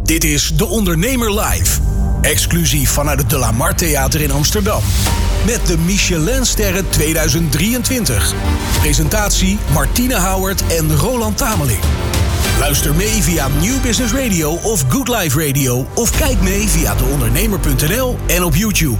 Dit is De Ondernemer Live. Exclusief vanuit het De La Mar Theater in Amsterdam. Met de Michelinsterren 2023. Presentatie Martine Houwert en Roland Tameling. Luister mee via New Business Radio of Good Life Radio. Of kijk mee via deondernemer.nl en op YouTube.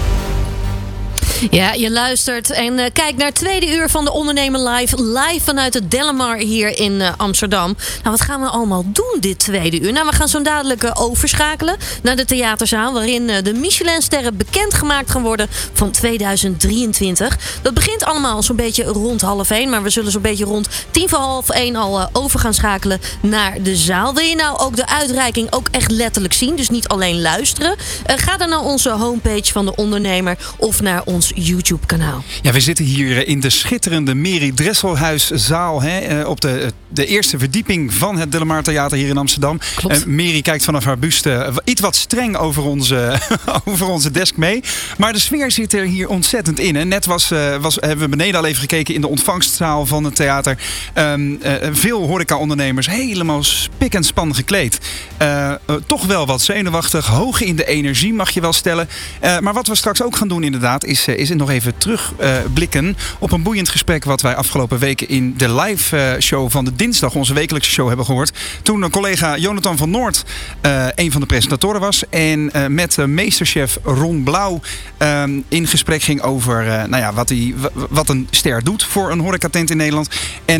Ja, je luistert en kijkt naar het tweede uur van De Ondernemer Live. Live vanuit het De La Mar hier in Amsterdam. Nou, wat gaan we allemaal doen dit tweede uur? Nou, we gaan zo dadelijk overschakelen naar de theaterzaal, waarin de Michelinsterren bekendgemaakt gaan worden van 2023. Dat begint allemaal zo'n beetje rond 12:30. Maar we zullen zo'n beetje rond 1:50 al over gaan schakelen naar de zaal. Wil je nou ook de uitreiking ook echt letterlijk zien? Dus niet alleen luisteren. Ga dan naar onze homepage van De Ondernemer of naar ons YouTube-kanaal. Ja, we zitten hier in de schitterende Meri Dresselhuiszaal. Op de eerste verdieping van het De La Mar Theater hier in Amsterdam. Meri kijkt vanaf haar buste iets wat streng over onze desk mee. Maar de sfeer zit er hier ontzettend in. Hè. Net hebben we beneden al even gekeken in de ontvangstzaal van het theater. Veel horeca-ondernemers helemaal spik en span gekleed. Toch wel wat zenuwachtig. Hoog in de energie mag je wel stellen. Maar wat we straks ook gaan doen inderdaad is nog even terugblikken op een boeiend gesprek wat wij afgelopen weken in de live show van de dinsdag, onze wekelijkse show, hebben gehoord. Toen een collega Jonathan van Noord een van de presentatoren was en met meesterchef Ron Blauw in gesprek ging over wat een ster doet voor een horecatent in Nederland. En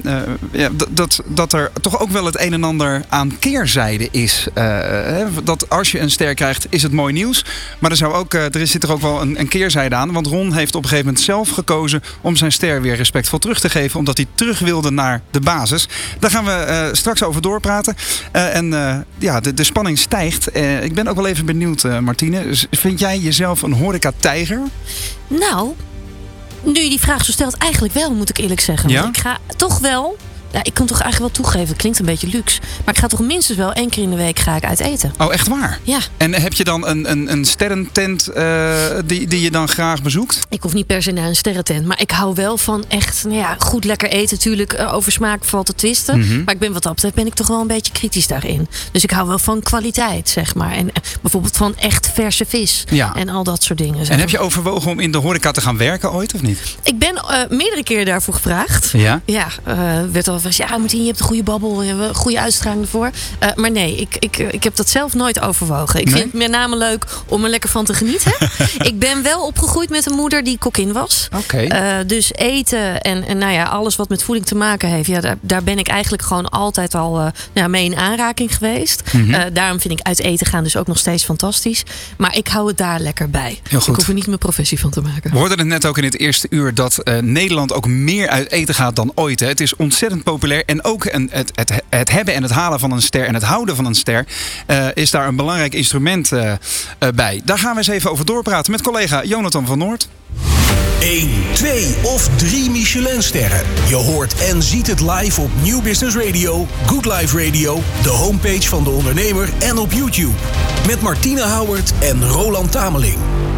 dat er toch ook wel het een en ander aan keerzijde is. Dat als je een ster krijgt, is het mooi nieuws. Maar er zit er ook wel een keerzijde aan. Want Ron heeft op een gegeven moment zelf gekozen om zijn ster weer respectvol terug te geven. Omdat hij terug wilde naar de basis. Daar gaan we straks over doorpraten. De spanning stijgt. Ik ben ook wel even benieuwd, Martine. Vind jij jezelf een horeca-tijger? Nou, nu je die vraag zo stelt, eigenlijk wel, moet ik eerlijk zeggen. Ja? Want ik ga toch wel... Ja, ik kan toch eigenlijk wel toegeven, het klinkt een beetje luxe. Maar ik ga toch minstens wel 1 keer in de week uit eten. Oh, echt waar? Ja. En heb je dan een sterrentent die je dan graag bezoekt? Ik hoef niet per se naar een sterrentent. Maar ik hou wel van echt goed lekker eten. Natuurlijk, over smaak valt te twisten. Mm-hmm. Maar wat dat betreft ben ik toch wel een beetje kritisch daarin. Dus ik hou wel van kwaliteit, zeg maar. En bijvoorbeeld van echt verse vis. Ja. En al dat soort dingen. En heb je overwogen om in de horeca te gaan werken ooit, of niet? Ik ben meerdere keren daarvoor gevraagd. Ja? Ja, werd al Martien, je hebt een goede babbel, je hebt een goede uitstraling ervoor. Maar nee, ik heb dat zelf nooit overwogen. Ik vind het met name leuk om er lekker van te genieten. Ik ben wel opgegroeid met een moeder die kokkin was. Okay. Dus eten en alles wat met voeding te maken heeft. Ja, daar ben ik eigenlijk gewoon altijd al mee in aanraking geweest. Mm-hmm. Daarom vind ik uit eten gaan dus ook nog steeds fantastisch. Maar ik hou het daar lekker bij. Ik hoef er niet mijn professie van te maken. We hoorden het net ook in het eerste uur dat Nederland ook meer uit eten gaat dan ooit. Hè. Het is ontzettend populair. En ook het hebben en het halen van een ster en het houden van een ster is daar een belangrijk instrument bij. Daar gaan we eens even over doorpraten met collega Jonathan van Noord. 1, 2 of 3 Michelinsterren. Je hoort en ziet het live op New Business Radio, Good Life Radio, de homepage van De Ondernemer en op YouTube. Met Martine Houwert en Roland Tameling.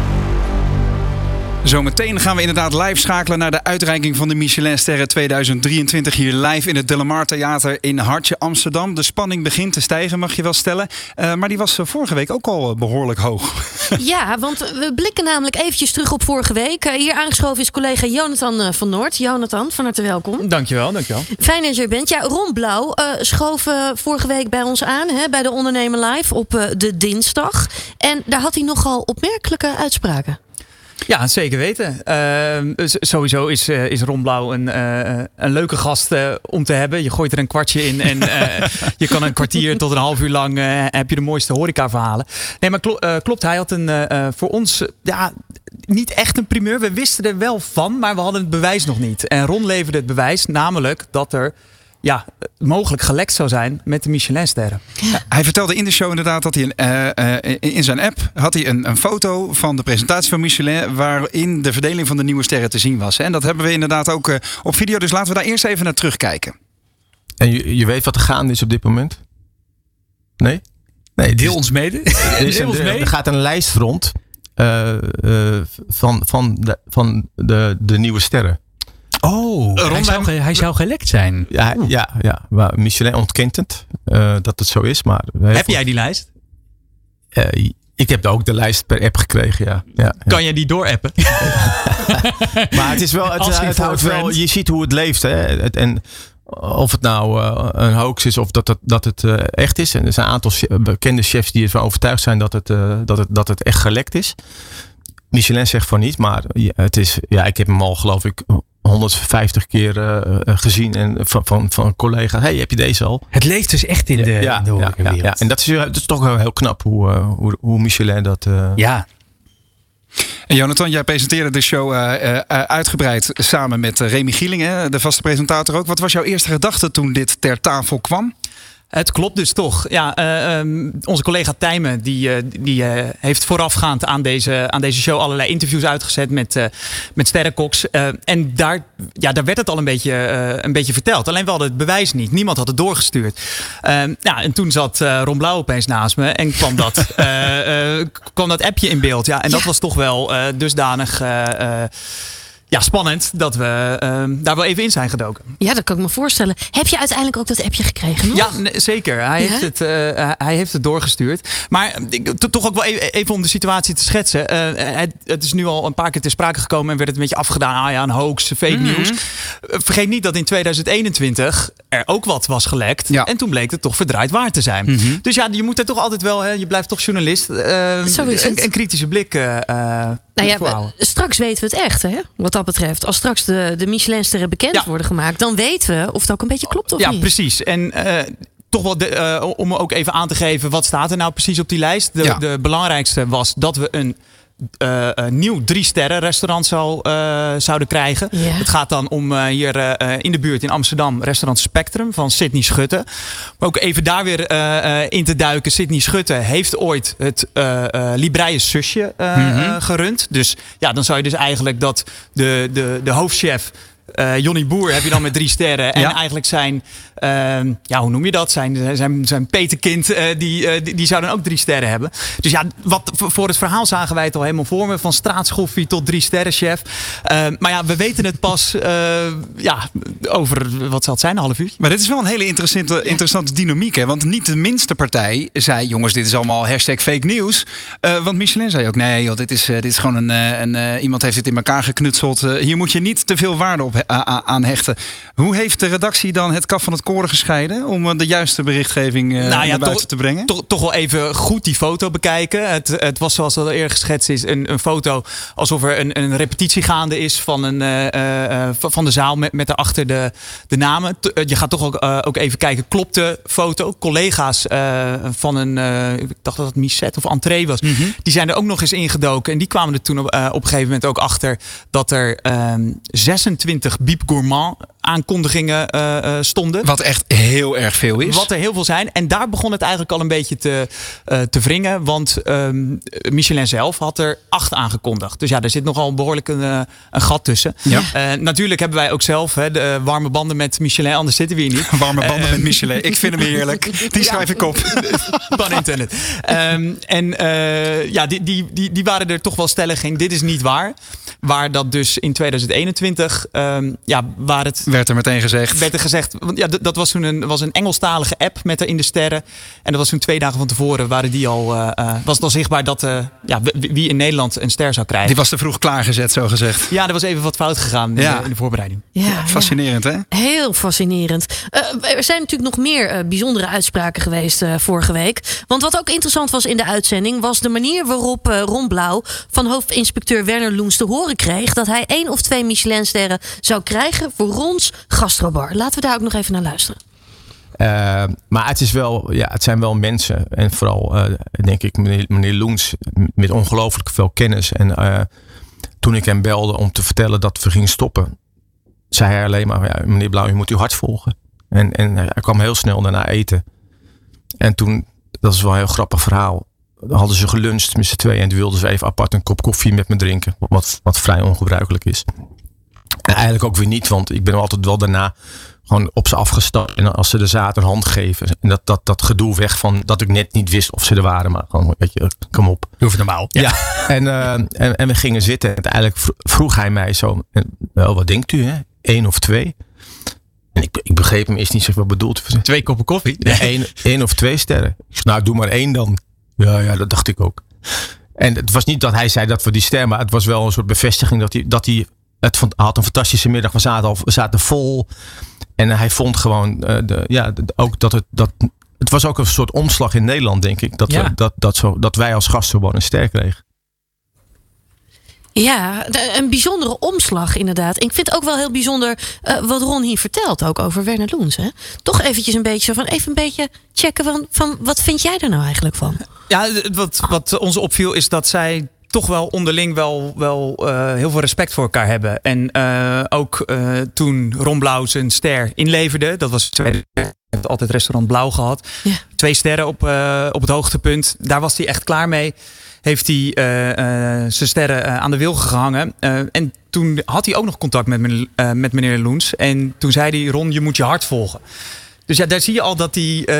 Zometeen gaan we inderdaad live schakelen naar de uitreiking van de Michelinsterren 2023 hier live in het De La Mar Theater in Hartje Amsterdam. De spanning begint te stijgen, mag je wel stellen. Maar die was vorige week ook al behoorlijk hoog. Ja, want we blikken namelijk eventjes terug op vorige week. Hier aangeschoven is collega Jonathan van Noord. Jonathan, van harte welkom. Dankjewel. Fijn dat je er bent. Ja, Ron Blauw schoof vorige week bij ons aan, bij de Ondernemer Live op de dinsdag. En daar had hij nogal opmerkelijke uitspraken. Ja, zeker weten. Sowieso is Ron Blauw een leuke gast om te hebben. Je gooit er een kwartje in en je kan een kwartier tot een half uur lang heb je de mooiste horecaverhalen. Nee, maar klopt. Hij had voor ons niet echt een primeur. We wisten er wel van, maar we hadden het bewijs nog niet. En Ron leverde het bewijs, namelijk dat er mogelijk gelekt zou zijn met de Michelinsterren. Ja. Hij vertelde in de show inderdaad dat hij in zijn app had hij een foto van de presentatie van Michelin waarin de verdeling van de nieuwe sterren te zien was. En dat hebben we inderdaad ook op video. Dus laten we daar eerst even naar terugkijken. En je weet wat er gaande is op dit moment? Nee? Deel ons mede. Er gaat een lijst rond van de nieuwe sterren. Hij zou gelekt zijn. Ja. Maar Michelin ontkent het dat het zo is. Maar heb jij die lijst? Ik heb ook de lijst per app gekregen, ja. Kan je die doorappen? Maar het is wel, het houdt wel, je ziet hoe het leeft. Hè? En of het nou een hoax is of dat het echt is. En er zijn een aantal bekende chefs die ervan overtuigd zijn dat het echt gelekt is. Michelin zegt van niet, maar het is, ik heb hem al geloof ik 150 keer gezien en van collega's. Hey, heb je deze al? Het leeft dus echt in de horecawereld. Ja. En dat is toch wel heel knap hoe Michelin dat... Ja. En Jonathan, jij presenteerde de show uitgebreid samen met Remy Gieling, de vaste presentator ook. Wat was jouw eerste gedachte toen dit ter tafel kwam? Het klopt dus toch. Ja, onze collega Tijmen die heeft voorafgaand aan deze show allerlei interviews uitgezet met sterrenkoks. En daar werd het al een beetje verteld. Alleen we hadden het bewijs niet. Niemand had het doorgestuurd. En toen zat Ron Blauw opeens naast me en kwam dat appje in beeld. Ja, en dat was toch wel dusdanig... spannend dat we daar wel even in zijn gedoken. Ja, dat kan ik me voorstellen. Heb je uiteindelijk ook dat appje gekregen nog? Ja, zeker. Hij heeft het doorgestuurd. Maar toch ook wel even om de situatie te schetsen. Het is nu al een paar keer ter sprake gekomen en werd het een beetje afgedaan. Een hoax, fake nieuws. Vergeet niet dat in 2021 er ook wat was gelekt. Ja. En toen bleek het toch verdraaid waar te zijn. Dus ja, je moet er toch altijd wel, je blijft toch journalist. Een kritische blik straks weten we het echt, hè? Wat dat betreft. Als straks de Michelinsterren bekend worden gemaakt, dan weten we of het ook een beetje klopt of niet. Ja, precies. En toch wel om ook even aan te geven, wat staat er nou precies op die lijst? De belangrijkste was dat we een nieuw 3-sterren restaurant zouden krijgen. Ja. Het gaat dan om hier in de buurt in Amsterdam restaurant Spectrum van Sidney Schutte. Maar ook even daar weer in te duiken. Sidney Schutte heeft ooit het Libreie Susje gerund. Dus ja, dan zou je dus eigenlijk dat de hoofdchef Johnny Boer heb je dan met 3 sterren. En eigenlijk zijn, hoe noem je dat? Zijn petekind, die zou dan ook 3 sterren hebben. Dus ja, voor het verhaal zagen wij het al helemaal voor me. Van straatschoffie tot 3 sterren chef. Maar ja, we weten het pas over, wat zal het zijn, een half uur. Maar dit is wel een hele interessante dynamiek. Hè? Want niet de minste partij zei, jongens, dit is allemaal #fake news. Want Michelin zei ook, nee joh, dit is gewoon iemand heeft dit in elkaar geknutseld. Hier moet je niet te veel waarde op aan hechten. Hoe heeft de redactie dan het kaf van het koren gescheiden om de juiste berichtgeving naar buiten te brengen? Toch wel even goed die foto bekijken. Het was zoals al eerder geschetst is een foto alsof er een repetitie gaande is van de zaal met daarachter de namen. Je gaat toch ook even kijken, klopt de foto? Collega's van ik dacht dat het Misset of Entree was. Die zijn er ook nog eens ingedoken en die kwamen er toen op een gegeven moment ook achter dat er 26 Biep Gourmand aankondigingen stonden. Wat echt heel erg veel is. Wat er heel veel zijn. En daar begon het eigenlijk al een beetje te wringen. Want Michelin zelf had er 8 aangekondigd. Dus ja, er zit nogal behoorlijk een gat tussen. Ja. Natuurlijk hebben wij ook zelf de warme banden met Michelin. Anders zitten we hier niet. Warme banden met Michelin. Ik vind hem heerlijk. Die schrijf ik op. Pun intended. Die waren er toch wel stellig in. Dit is niet waar. Waar dat dus in 2021... waar het... Werd er meteen gezegd. Werd er gezegd. Want dat was toen een Engelstalige app met erin de sterren. En dat was toen 2 dagen van tevoren. Waren die al... was het al zichtbaar dat... wie in Nederland een ster zou krijgen. Die was te vroeg klaargezet, zo gezegd. Ja, er was even wat fout gegaan in de voorbereiding. Ja, fascinerend, hè? Heel fascinerend. Er zijn natuurlijk nog meer bijzondere uitspraken geweest vorige week. Want wat ook interessant was in de uitzending... was de manier waarop Ron Blauw van hoofdinspecteur Werner Loens te horen kreeg... dat hij 1 of 2 Michelinsterren zou krijgen voor Rons Gastrobar. Laten we daar ook nog even naar luisteren. Maar het is wel, het zijn wel mensen. En vooral, denk ik, meneer Loens met ongelooflijk veel kennis. En toen ik hem belde om te vertellen dat we gingen stoppen... zei hij alleen maar, meneer Blauw, je moet uw hart volgen. En hij kwam heel snel daarna eten. En toen, dat is wel een heel grappig verhaal... hadden ze geluncht met z'n tweeën en toen wilden ze even apart een kop koffie met me drinken. Wat vrij ongebruikelijk is. En eigenlijk ook weer niet, want ik ben altijd wel daarna gewoon op ze afgestapt. En als ze er zaten, een hand geven. En dat gedoe weg van dat ik net niet wist of ze er waren. Maar gewoon, weet je, kom op. Doe het normaal. Ja. En we gingen zitten. En uiteindelijk vroeg hij mij zo, wat denkt u? Hè? 1 of 2. En ik begreep hem eerst niet zo wat bedoeld. 2 koppen koffie? Nee, 1 of 2 sterren. Ik zei, nou doe maar 1 dan. Ja, dat dacht ik ook. En het was niet dat hij zei dat we die ster, maar het was wel een soort bevestiging dat hij had een fantastische middag. We zaten vol. En hij vond gewoon ook het was ook een soort omslag in Nederland, denk ik. Dat wij als gasten gewoon een ster kregen. Ja, een bijzondere omslag inderdaad. Ik vind het ook wel heel bijzonder wat Ron hier vertelt. Ook over Werner Loens. Hè? Toch eventjes een beetje zo van even een beetje checken van wat vind jij er nou eigenlijk van? Ja, wat ons opviel is dat zij toch wel onderling wel heel veel respect voor elkaar hebben. En ook toen Ron Blauw zijn ster inleverde. Dat was altijd Restaurant Blauw gehad. Ja. 2 sterren op het hoogtepunt. Daar was hij echt klaar mee. Heeft hij zijn sterren aan de wilgen gehangen. En toen had hij ook nog contact met meneer Loens. En toen zei hij, Ron, je moet je hart volgen. Dus ja, daar zie je al dat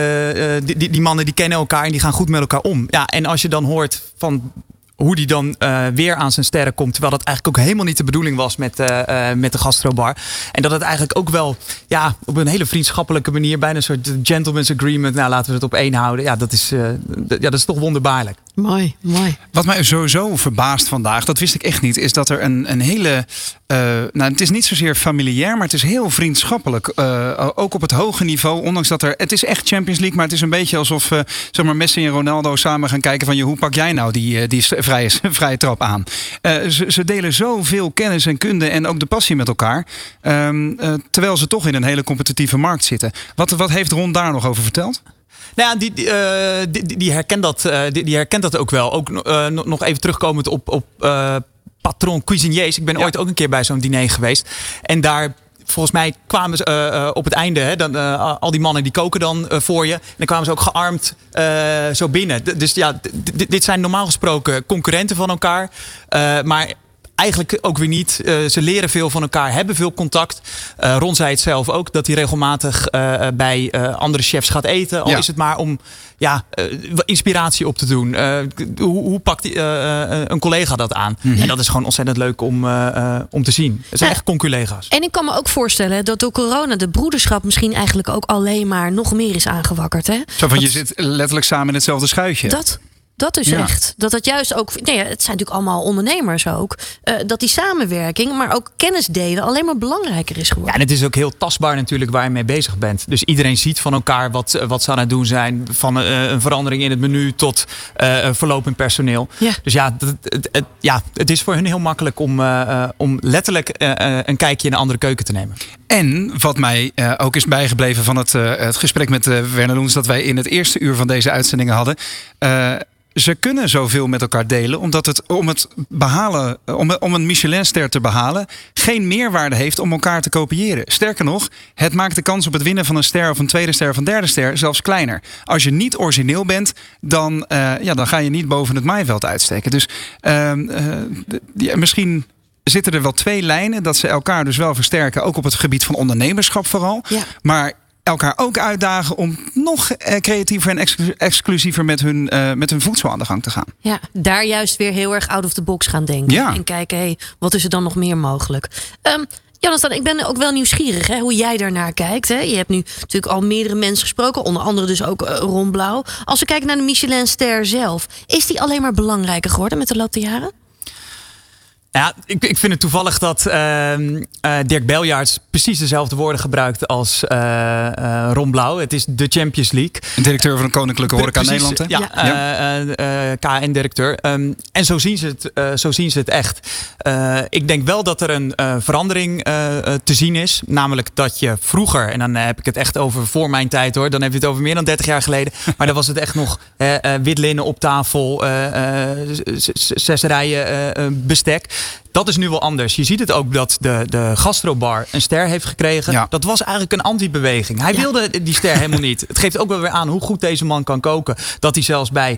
die mannen die kennen elkaar en die gaan goed met elkaar om. Ja, en als je dan hoort van hoe die dan weer aan zijn sterren komt. Terwijl dat eigenlijk ook helemaal niet de bedoeling was met de gastrobar. En dat het eigenlijk ook wel op een hele vriendschappelijke manier. Bijna een soort gentleman's agreement. Nou, laten we het op 1 houden. Ja, dat is toch wonderbaarlijk. Mooi. Wat mij sowieso verbaast vandaag, dat wist ik echt niet, is dat er een hele... het is niet zozeer familiair, maar het is heel vriendschappelijk. Ook op het hoge niveau, ondanks dat het is echt Champions League, maar het is een beetje alsof Messi en Ronaldo samen gaan kijken van hoe pak jij nou die vrije trap aan. Ze delen zoveel kennis en kunde en ook de passie met elkaar. Terwijl ze toch in een hele competitieve markt zitten. Wat heeft Ron daar nog over verteld? Nou ja, die herkent dat ook wel. Ook nog even terugkomend op patron cuisiniers. Ik ben ooit ook een keer bij zo'n diner geweest. En daar, volgens mij, kwamen ze op het einde. Al die mannen die koken dan voor je. En dan kwamen ze ook gearmd zo binnen. Dus ja, dit zijn normaal gesproken concurrenten van elkaar. Maar eigenlijk ook weer niet. Ze leren veel van elkaar, hebben veel contact. Ron zei het zelf ook, dat hij regelmatig bij andere chefs gaat eten. Al is het maar om inspiratie op te doen. Hoe pakt een collega dat aan? En dat is gewoon ontzettend leuk om te zien. Het zijn echt conculega's. En ik kan me ook voorstellen dat door corona de broederschap misschien eigenlijk ook alleen maar nog meer is aangewakkerd. Hè? Zo van, je zit letterlijk samen in hetzelfde schuitje. Dat is echt. Dat juist ook. Het zijn natuurlijk allemaal ondernemers ook. Dat die samenwerking, maar ook kennis delen alleen maar belangrijker is geworden. Ja, en het is ook heel tastbaar natuurlijk waar je mee bezig bent. Dus iedereen ziet van elkaar wat ze aan het doen zijn. Van een verandering in het menu tot verlopend personeel. Ja. Dus het is voor hun heel makkelijk om letterlijk een kijkje in een andere keuken te nemen. En wat mij ook is bijgebleven van het gesprek met Werner Loens dat wij in het eerste uur van deze uitzendingen hadden. Ze kunnen zoveel met elkaar delen, omdat het om een Michelinster te behalen geen meerwaarde heeft om elkaar te kopiëren. Sterker nog, het maakt de kans op het winnen van een ster of een tweede ster of een derde ster zelfs kleiner. Als je niet origineel bent, dan ga je niet boven het maaiveld uitsteken. Dus misschien zitten er wel 2 lijnen dat ze elkaar dus wel versterken, ook op het gebied van ondernemerschap vooral. Ja. Maar elkaar ook uitdagen om nog creatiever en exclusiever met hun voedsel aan de gang te gaan. Ja, daar juist weer heel erg out of the box gaan denken. Ja. En kijken, wat is er dan nog meer mogelijk? Jonathan, ik ben ook wel nieuwsgierig hoe jij daarnaar kijkt. Hè? Je hebt nu natuurlijk al meerdere mensen gesproken, onder andere dus ook Ron Blauw. Als we kijken naar de Michelinster zelf, is die alleen maar belangrijker geworden met de loop der jaren? Ja, ik vind het toevallig dat Dirk Beljaerts precies dezelfde woorden gebruikt als Ron Blauw. Het is de Champions League. Een directeur van een Koninklijke Horeca Nederland. Hè? Ja. KN-directeur. En zo zien ze het echt. Ik denk wel dat er een verandering te zien is. Namelijk dat je vroeger, en dan heb ik het echt over voor mijn tijd hoor. Dan heb je het over meer dan 30 jaar geleden. Maar dan was het echt nog wit linnen op tafel. 6 rijen bestek. Dat is nu wel anders. Je ziet het ook dat de gastrobar een ster heeft gekregen. Ja. Dat was eigenlijk een anti-beweging. Hij wilde die ster helemaal niet. Het geeft ook wel weer aan hoe goed deze man kan koken. Dat hij zelfs bij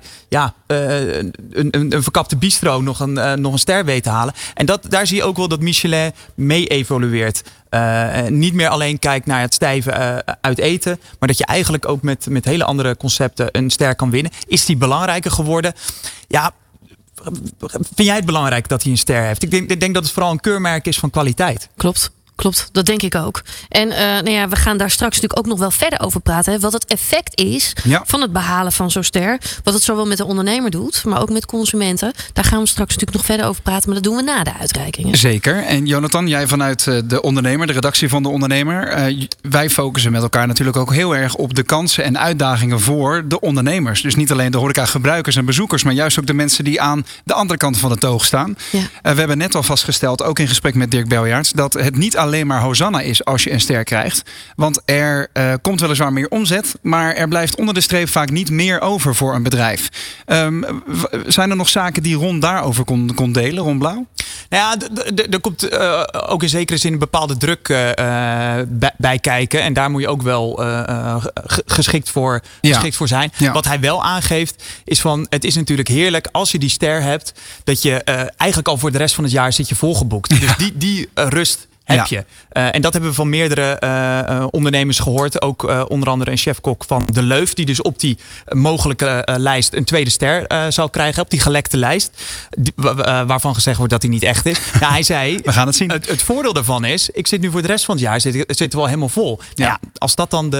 een verkapte bistro nog een ster weet te halen. En daar zie je ook wel dat Michelin mee evolueert. Niet meer alleen kijkt naar het stijve uit eten. Maar dat je eigenlijk ook met hele andere concepten een ster kan winnen. Is die belangrijker geworden? Ja. Vind jij het belangrijk dat hij een ster heeft? Ik denk dat het vooral een keurmerk is van kwaliteit. Klopt. Klopt, dat denk ik ook. En we gaan daar straks natuurlijk ook nog wel verder over praten. Hè, wat het effect is van het behalen van zo'n ster. Wat het zowel met de ondernemer doet, maar ook met consumenten. Daar gaan we straks natuurlijk nog verder over praten. Maar dat doen we na de uitreikingen. Zeker. En Jonathan, jij vanuit de ondernemer, de redactie van de ondernemer. Wij focussen met elkaar natuurlijk ook heel erg op de kansen en uitdagingen voor de ondernemers. Dus niet alleen de horeca-gebruikers en bezoekers, maar juist ook de mensen die aan de andere kant van de toog staan. Ja. We hebben net al vastgesteld, ook in gesprek met Dirk Beljaerts, dat het niet alleen maar Hosanna is als je een ster krijgt. Want er komt weliswaar meer omzet, maar er blijft onder de streep vaak niet meer over voor een bedrijf. Zijn er nog zaken die Ron daarover kon delen, Ron Blauw? Ja, er komt ook in zekere zin een bepaalde druk bij kijken. En daar moet je ook wel geschikt voor zijn. Ja. Wat hij wel aangeeft is van, het is natuurlijk heerlijk als je die ster hebt, dat je eigenlijk al voor de rest van het jaar zit je volgeboekt. Dus die rust heb je. En dat hebben we van meerdere ondernemers gehoord. Ook onder andere een chefkok van De Leuf, die dus op die mogelijke lijst een tweede ster zal krijgen. Op die gelekte lijst. Waarvan gezegd wordt dat hij niet echt is. Nou, hij zei, we gaan het zien. Het voordeel daarvan is, ik zit nu voor de rest van het jaar zitten wel helemaal vol. Ja. Ja, als dat dan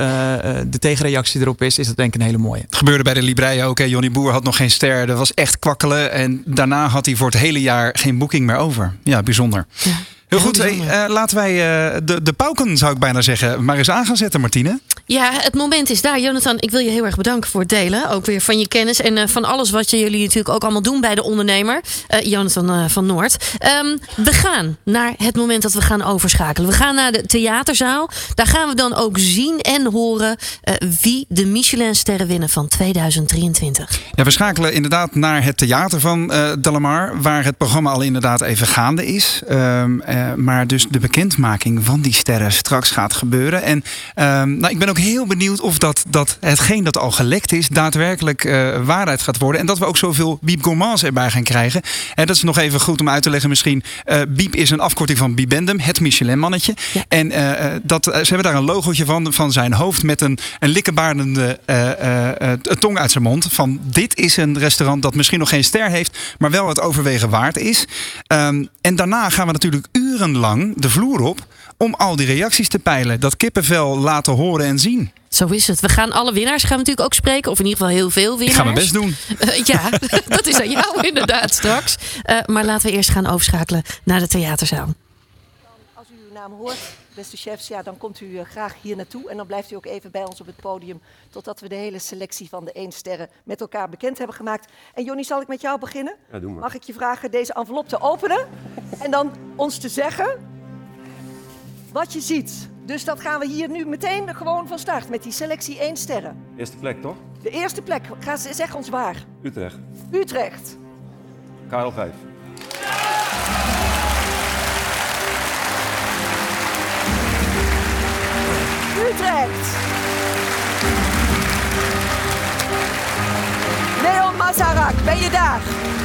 de tegenreactie erop is dat denk ik een hele mooie. Het gebeurde bij de Librei ook. Johnny Boer had nog geen ster. Dat was echt kwakkelen. En daarna had hij voor het hele jaar geen boeking meer over. Ja, bijzonder. Ja. Heel goed, laten wij de pauken, zou ik bijna zeggen, maar eens aan gaan zetten, Martine. Ja, het moment is daar. Jonathan, ik wil je heel erg bedanken voor het delen. Ook weer van je kennis en van alles wat jullie natuurlijk ook allemaal doen bij de ondernemer. Jonathan van Noord. We gaan naar het moment dat we gaan overschakelen. We gaan naar de theaterzaal. Daar gaan we dan ook zien en horen wie de Michelinsterren winnen van 2023. Ja, we schakelen inderdaad naar het theater van Delamar, waar het programma al inderdaad even gaande is. Maar dus de bekendmaking van die sterren straks gaat gebeuren. En ik ben ook heel benieuwd of dat hetgeen dat al gelekt is daadwerkelijk waarheid gaat worden. En dat we ook zoveel Biep Gourmands erbij gaan krijgen. En dat is nog even goed om uit te leggen misschien. Biep is een afkorting van Bibendum, het Michelin-mannetje. Ja. En ze hebben daar een logootje van zijn hoofd met een likkebaardende tong uit zijn mond. Van dit is een restaurant dat misschien nog geen ster heeft, maar wel het overwegen waard is. En daarna gaan we natuurlijk urenlang de vloer op om al die reacties te peilen. Dat kippenvel laten horen en zien. Zo is het. We gaan alle winnaars natuurlijk ook spreken. Of in ieder geval heel veel winnaars. Ik ga mijn best doen. Ja, dat is aan jou inderdaad straks. Maar laten we eerst gaan overschakelen naar de theaterzaal. Als u uw naam hoort, beste chefs, dan komt u graag hier naartoe. En dan blijft u ook even bij ons op het podium totdat we de hele selectie van de 1 sterren met elkaar bekend hebben gemaakt. En Johnny, zal ik met jou beginnen? Ja, doe maar. Mag ik je vragen deze envelop te openen en dan ons te zeggen wat je ziet. Dus dat gaan we hier nu meteen gewoon van start met die selectie 1 sterren. Eerste plek, toch? De eerste plek. Zeg ons waar. Utrecht. Utrecht. Karel 5. Utrecht. Leon Mazarak, ben je daar?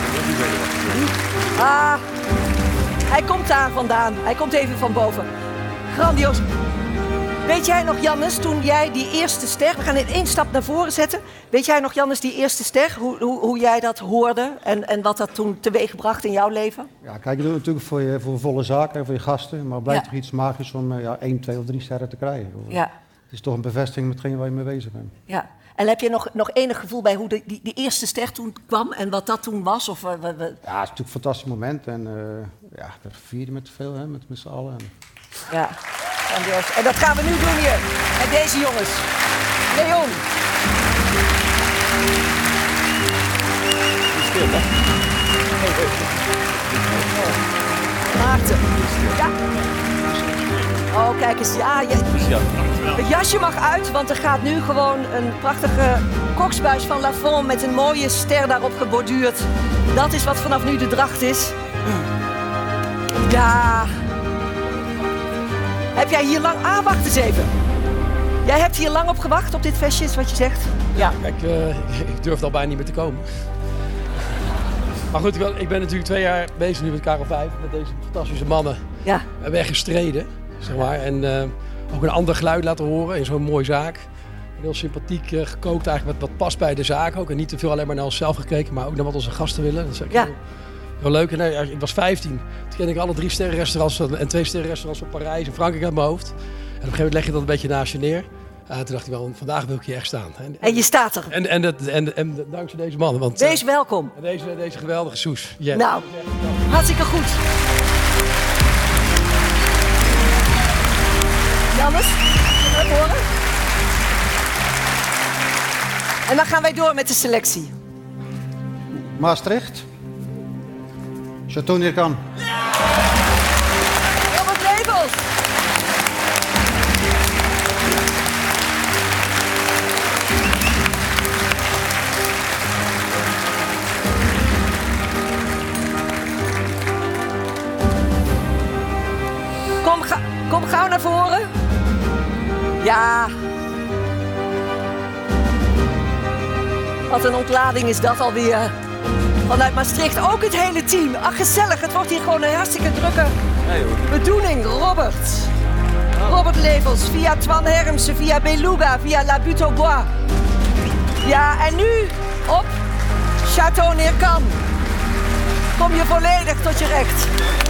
Hij komt daar vandaan. Hij komt even van boven. Grandioos. Weet jij nog, Jannes, toen jij die eerste ster... We gaan in 1 stap naar voren zetten. Weet jij nog, Jannes, die eerste ster? Hoe jij dat hoorde en wat dat toen teweegbracht in jouw leven? Ja, kijk, je doet het natuurlijk voor een volle zaak en voor je gasten. Maar het blijft toch iets magisch om 1, 2 of 3 sterren te krijgen. Ja. Het is toch een bevestiging met hetgeen waar je mee bezig bent. Ja. En heb je nog enig gevoel bij hoe die eerste ster toen kwam en wat dat toen was? Of, Ja, het is natuurlijk een fantastisch moment. En dat vierde met veel, met z'n allen. Ja, en dat gaan we nu doen hier met deze jongens. Leon. Stil, hè? Maarten. Ja. Oh, kijk eens. Ja, het jasje mag uit, want er gaat nu gewoon een prachtige koksbuis van Lafont met een mooie ster daarop geborduurd. Dat is wat vanaf nu de dracht is. Ja. Heb jij hier lang... wacht eens even. Jij hebt hier lang op gewacht op dit vestje, is wat je zegt? Ja. Kijk, ik durf al bijna niet meer te komen. Maar goed, ik ben natuurlijk 2 jaar bezig nu met Karel 5, met deze fantastische mannen. Ja. We hebben echt gestreden, zeg maar. En ook een ander geluid laten horen in zo'n mooie zaak. Heel sympathiek gekookt eigenlijk, wat past bij de zaak ook. En niet te veel alleen maar naar onszelf gekeken, maar ook naar wat onze gasten willen. Dat is Heel leuk. En ik was 15. Toen kende ik alle 3 sterrenrestaurants en 2 sterrenrestaurants van Parijs en Frankrijk uit mijn hoofd. En op een gegeven moment leg je dat een beetje naast je neer. Toen dacht ik wel, vandaag wil ik hier echt staan. En je staat er. En dankzij deze mannen. Want, Wees welkom. En deze geweldige Soes. Yes. Nou, hartstikke goed. Jannes, kunnen we het horen? En dan gaan wij door met de selectie. Maastricht. Château Neerkan. Robert Levels. Kom gauw naar voren. Ja. Wat een ontlading is dat alweer. Vanuit Maastricht ook het hele team. Ach, gezellig. Het wordt hier gewoon een hartstikke drukke bedoeling. Robert Levels, via Twan Hermsen, via Beluga, via La Butte au Bois. Ja, en nu op Château Neerkan. Kom je volledig tot je recht.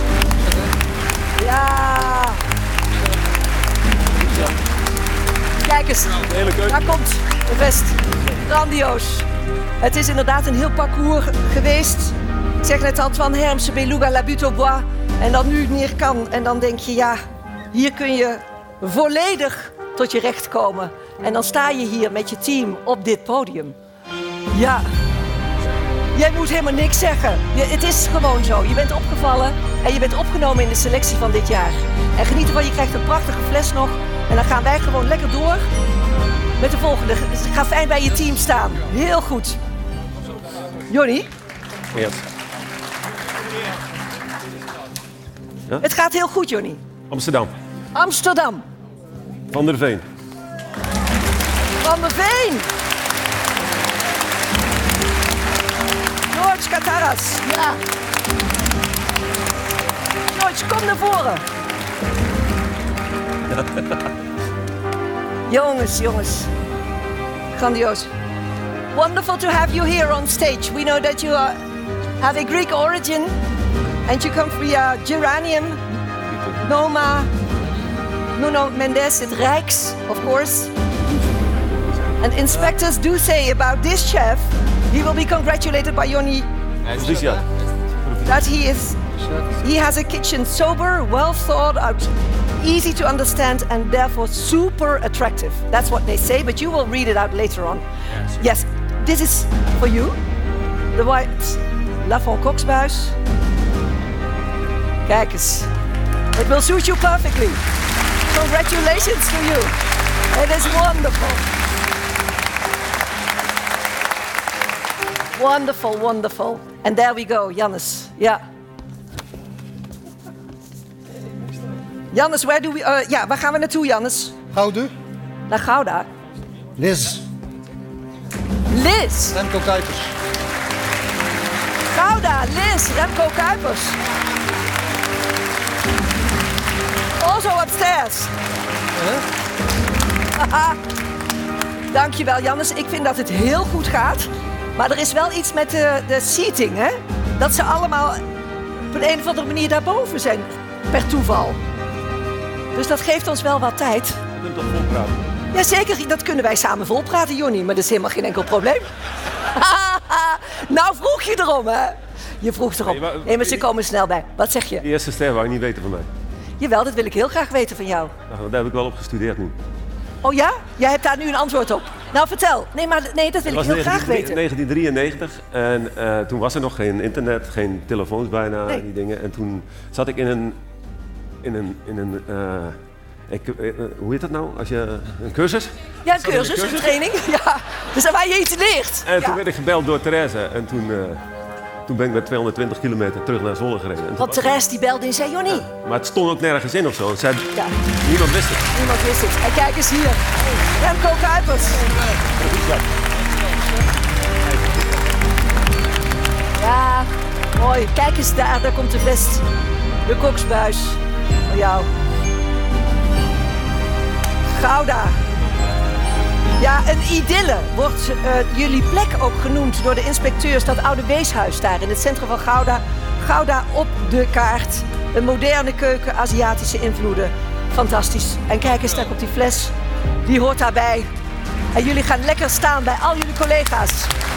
Ja. Kijk eens, daar komt de vest. Grandioos. Het is inderdaad een heel parcours geweest. Ik zeg net al, Twan Hermsen, Beluga, La Butte au Bois. En dan nu Neerkan. En dan denk je, ja, hier kun je volledig tot je recht komen. En dan sta je hier met je team op dit podium. Ja. Jij moet helemaal niks zeggen. Het is gewoon zo. Je bent opgevallen en je bent opgenomen in de selectie van dit jaar. En geniet ervan, je krijgt een prachtige fles nog. En dan gaan wij gewoon lekker door met de volgende. Ga fijn bij je team staan. Heel goed. Jonny? Ja. Ja? Het gaat heel goed, Jonny. Amsterdam. Amsterdam. Van der Veen. Van der Veen. George Kataras. Ja. George, kom naar voren. Jongens. Grandioos. Wonderful to have you here on stage. We know that you have a Greek origin and you come via Geranium, Noma, Nuno Mendes at Rijks, of course. And inspectors do say about this chef, he will be congratulated by Jonny that he has a kitchen sober, well thought out, easy to understand and therefore super attractive. That's what they say, but you will read it out later on. Yes, this is for you. The white Lafon koksbuis. Kijk eens. It will suit you perfectly. Congratulations to you. It is wonderful. Wonderful. And there we go, Jannes. Ja. Jannes, waar gaan we naartoe, Jannes? Gouden. Naar Gouda. Liz. Remco Kuipers. Gouda, Liz, Remco Kuipers. Also upstairs. Dankjewel, Jannes. Ik vind dat het heel goed gaat. Maar er is wel iets met de seating, hè? Dat ze allemaal op een of andere manier daarboven zijn. Per toeval. Dus dat geeft ons wel wat tijd. Je kunt toch volpraten? Jazeker, dat kunnen wij samen volpraten, Jonny. Maar dat is helemaal geen enkel probleem. Nou vroeg je erom, hè? Je vroeg erom. Nee, maar ze komen snel bij. Wat zeg je? Die eerste ster wou je niet weten van mij. Jawel, dat wil ik heel graag weten van jou. Nou, daar heb ik wel op gestudeerd nu. Oh ja? Jij hebt daar nu een antwoord op. Nou, vertel. Nee, dat wil ik heel graag weten. 1993 en toen was er nog geen internet, geen telefoons bijna, die dingen. En toen zat ik in een hoe heet dat nou? Als je een cursus? Ja, een cursus, een training. Ja. Dus waar je iets leert. En toen werd ik gebeld door Therese en toen ben ik met 220 kilometer terug naar Zwolle gereden. Want Therese die belde en zei, Jonny. Ja, maar het stond ook nergens in of zo. Niemand wist het. Niemand wist het. En kijk eens hier. Remco Kuipers. Ja, mooi. Kijk eens daar komt de vest. De koksbuis. Voor jou. Gouda. Ja, een idylle wordt jullie plek ook genoemd door de inspecteurs. Dat oude weeshuis daar in het centrum van Gouda. Gouda op de kaart. Een moderne keuken, Aziatische invloeden. Fantastisch. En kijk eens op die fles. Die hoort daarbij. En jullie gaan lekker staan bij al jullie collega's.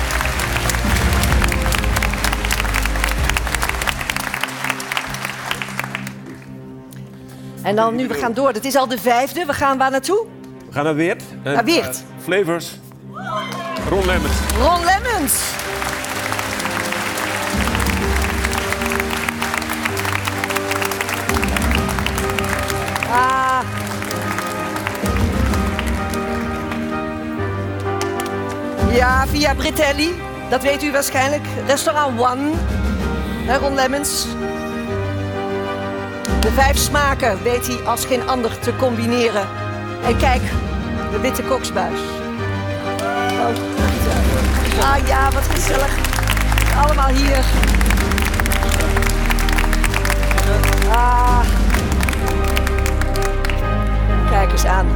En dan nu, we gaan door. Het is al de 5e. We gaan waar naartoe? We gaan naar Weert. Naar Weert. Flavors. Ron Lemmens. Ron Lemmens. Ja, via Britelli. Dat weet u waarschijnlijk. Restaurant One. Ron Lemmens. De 5 smaken weet hij als geen ander te combineren. En kijk, de witte koksbuis. Ah ja, wat gezellig. Allemaal hier. Kijk eens aan.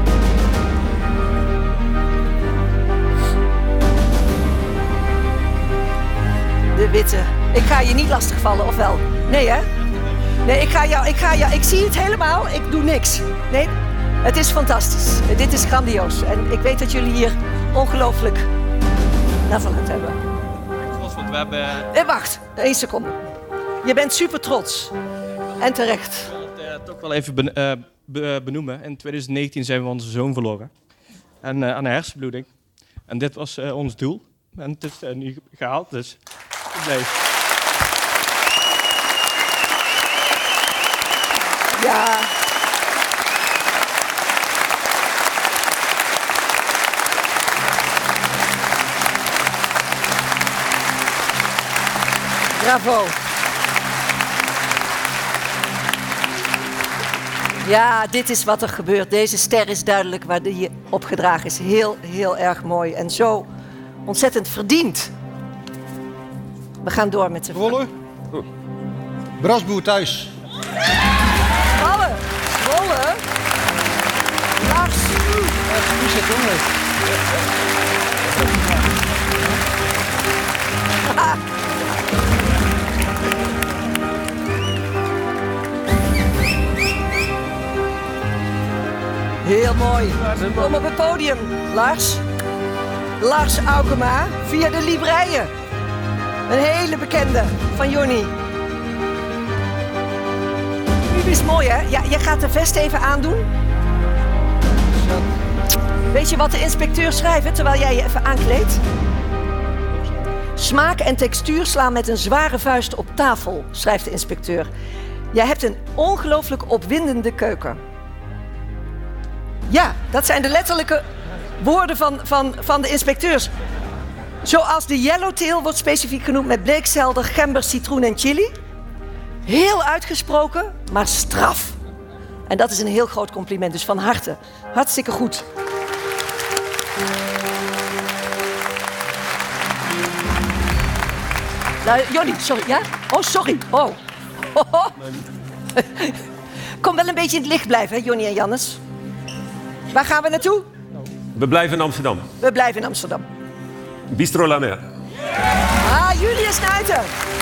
De witte. Ik ga je niet lastigvallen, of wel? Nee, hè? Nee, ik zie het helemaal. Ik doe niks. Nee, het is fantastisch. Dit is grandioos. En ik weet dat jullie hier ongelooflijk naar vanuit hebben. Want we hebben... Wacht, 1 seconde. Je bent super trots. En terecht. Ik wil het toch wel even benoemen. In 2019 zijn we onze zoon verloren. En aan een hersenbloeding. En dit was ons doel. En het is nu gehaald, dus blij. Ja. Bravo. Ja, dit is wat er gebeurt. Deze ster is duidelijk waar die opgedragen is. Heel, heel erg mooi. En zo ontzettend verdiend. We gaan door met de... Rollen. Brasboer thuis. Rollen. Rollen. Lars. Wie zit er? Heel mooi. Kom op het podium, Lars. Lars Aukema, via de Libreien. Een hele bekende van Jonny. Nu is mooi, hè? Ja, je gaat de vest even aandoen. Weet je wat de inspecteur schrijft terwijl jij je even aankleedt? Smaak en textuur slaan met een zware vuist op tafel, schrijft de inspecteur. Jij hebt een ongelooflijk opwindende keuken. Ja, dat zijn de letterlijke woorden van de inspecteurs. Zoals de yellowtail wordt specifiek genoemd met bleekselder, gember, citroen en chili. Heel uitgesproken, maar straf. En dat is een heel groot compliment, dus van harte. Hartstikke goed. Jonny, sorry, ja? Oh, sorry. Oh. Kom wel een beetje in het licht blijven, hè, Jonny en Jannes. Waar gaan we naartoe? We blijven in Amsterdam. We blijven in Amsterdam. Bistro La Mer. Ah, Julius Nuiten.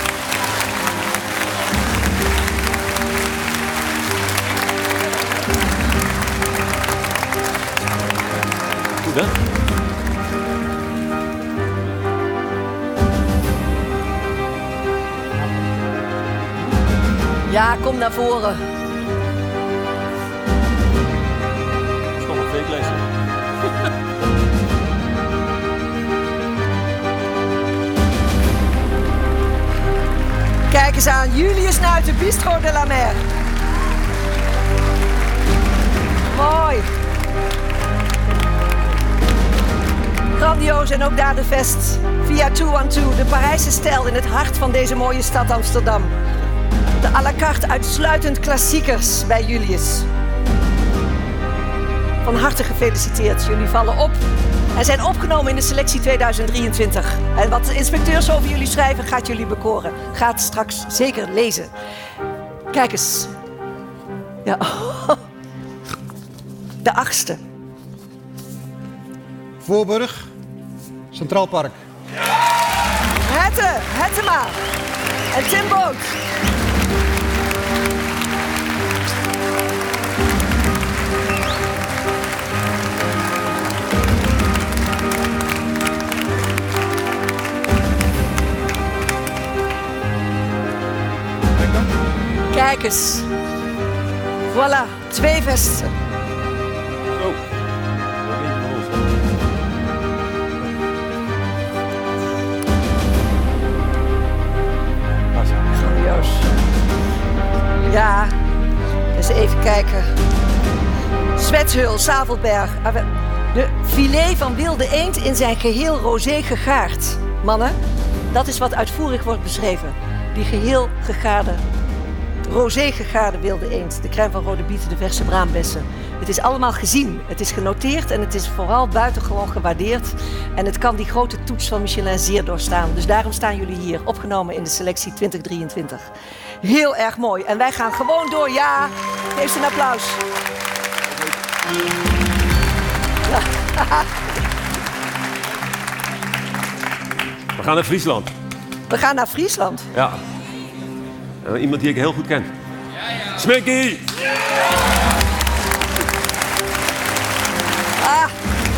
Goed, hè? Ja, kom naar voren. Dat is nog een fake lesje. Kijk eens aan, Julius Nuiten, Bistro de la Mer. Mooi. Grandioos en ook daar de vest. Via 212, de Parijse stijl in het hart van deze mooie stad Amsterdam. De à la carte uitsluitend klassiekers bij Julius. Van harte gefeliciteerd. Jullie vallen op en zijn opgenomen in de selectie 2023. En wat de inspecteurs over jullie schrijven, gaat jullie bekoren. Gaat straks zeker lezen. Kijk eens. Ja. De 8e. Voorburg. Centraal Park. Hettema. En Tim Boot. Kijk eens. Voilà, 2 vesten. Zo. Grandioos. Ja, eens even kijken. Zwethul, Zavelberg. De filet van wilde eend in zijn geheel rosé gegaard. Mannen, dat is wat uitvoerig wordt beschreven. Die geheel gegaarde, rosé gegaarde wilde eend. De crème van rode bieten, de verse braambessen. Het is allemaal gezien, het is genoteerd en het is vooral buitengewoon gewaardeerd. En het kan die grote toets van Michelin zeer doorstaan. Dus daarom staan jullie hier, opgenomen in de selectie 2023. Heel erg mooi. En wij gaan gewoon door. Ja, geef ze een applaus. Ja. We gaan naar Friesland. We gaan naar Friesland. Ja. Iemand die ik heel goed ken. Smikkie! Ah.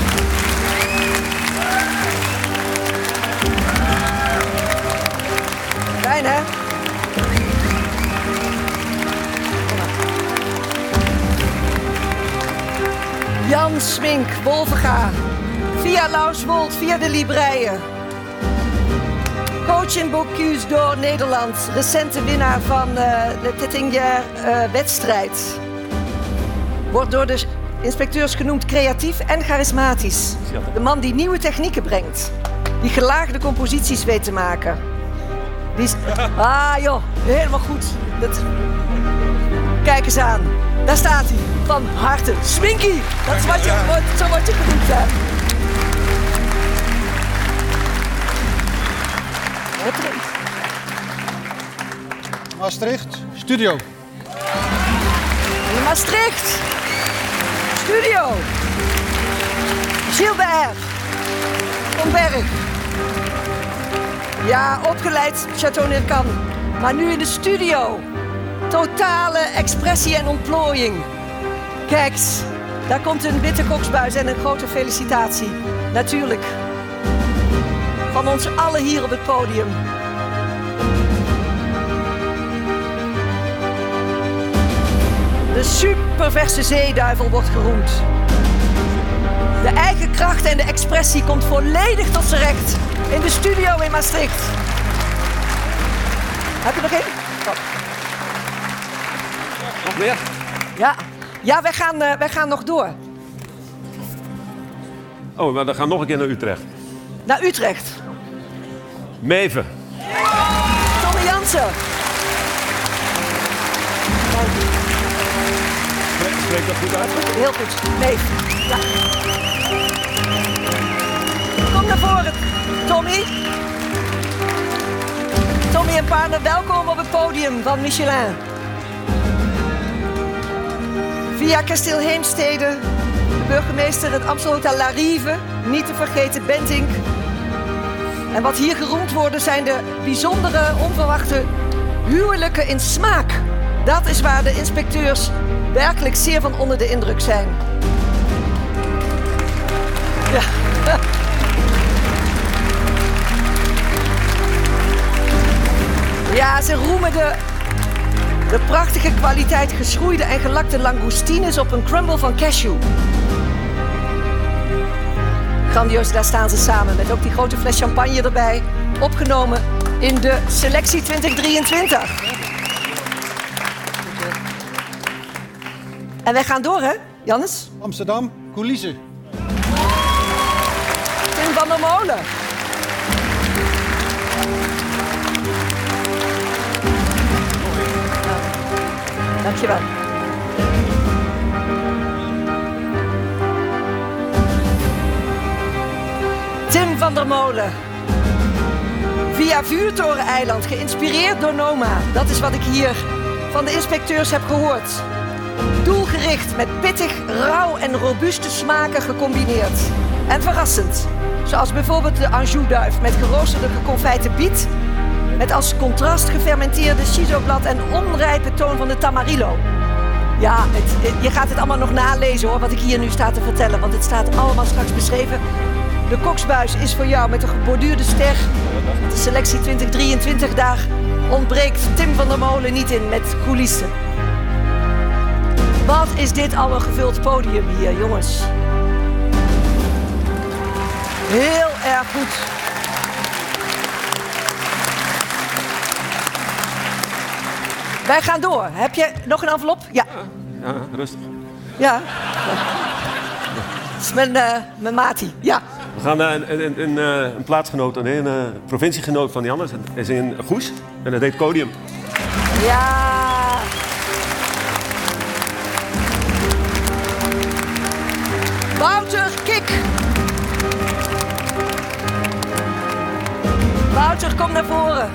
Fijn, hè? Jan Smink, Wolvenga. Via Lauswold, via de Libreien. Coach in Bocuse d'Or Nederland. Recente winnaar van de Tettinger-wedstrijd. Wordt door de inspecteurs genoemd creatief en charismatisch. De man die nieuwe technieken brengt. Die gelaagde composities weet te maken. Die is... Ah joh, helemaal goed. Kijk eens aan. Daar staat hij. Van harte. Sminky. Dat is wat zo wordt je genoemd, hè. Maastricht, studio. In Maastricht. Studio. Gilbert. Van Berg. Ja, opgeleid Château Neerkan. Maar nu in de studio. Totale expressie en ontplooiing. Kijk eens, daar komt een witte koksbuis en een grote felicitatie. Natuurlijk. Van ons allen hier op het podium. De superverse zeeduivel wordt geroemd. De eigen kracht en de expressie komt volledig tot z'n recht in de studio in Maastricht. Heb je nog één? Oh. Nog meer? Ja, wij gaan nog door. Oh, maar dan gaan we nog een keer naar Utrecht. Naar Utrecht. Meven. Tommy Jansen. Spreek dat goed uit? Heel goed. Meven. Ja. Kom naar voren, Tommy. Tommy en Paarden, welkom op het podium van Michelin. Via Kasteel Heemstede, de burgemeester, het Amstelhotel La Rive, niet te vergeten Bentink. En wat hier geroemd worden zijn de bijzondere, onverwachte huwelijken in smaak. Dat is waar de inspecteurs werkelijk zeer van onder de indruk zijn. Ja. Ja, ze roemen de prachtige kwaliteit geschroeide en gelakte langoustines op een crumble van cashew. Grandioos, daar staan ze samen met ook die grote fles champagne erbij. Opgenomen in de selectie 2023. En wij gaan door, hè, Jannes? Amsterdam, coulissen. Tim van der Molen. Dankjewel. Tim van der Molen. Via Vuurtoren-eiland, geïnspireerd door Noma. Dat is wat ik hier van de inspecteurs heb gehoord. Doelgericht, met pittig, rauw en robuuste smaken gecombineerd. En verrassend. Zoals bijvoorbeeld de Anjou-duif met geroosterde geconfijte biet. Met als contrast gefermenteerde shisoblad en onrijpe toon van de tamarillo. Ja, je gaat het allemaal nog nalezen hoor, wat ik hier nu sta te vertellen. Want het staat allemaal straks beschreven. De koksbuis is voor jou met een geborduurde ster. De selectie 2023, daar ontbreekt Tim van der Molen niet in met coulissen. Wat is dit al een gevuld podium hier, jongens. Heel erg goed. Wij gaan door. Heb je nog een envelop? Ja. Ja, rustig. Ja. Dat is mijn matie. Ja. We gaan naar een plaatsgenoot, een provinciegenoot van Jannes. Dat is in Goes en dat heet Codium. Ja. Wouter Kik. Wouter, kom naar voren.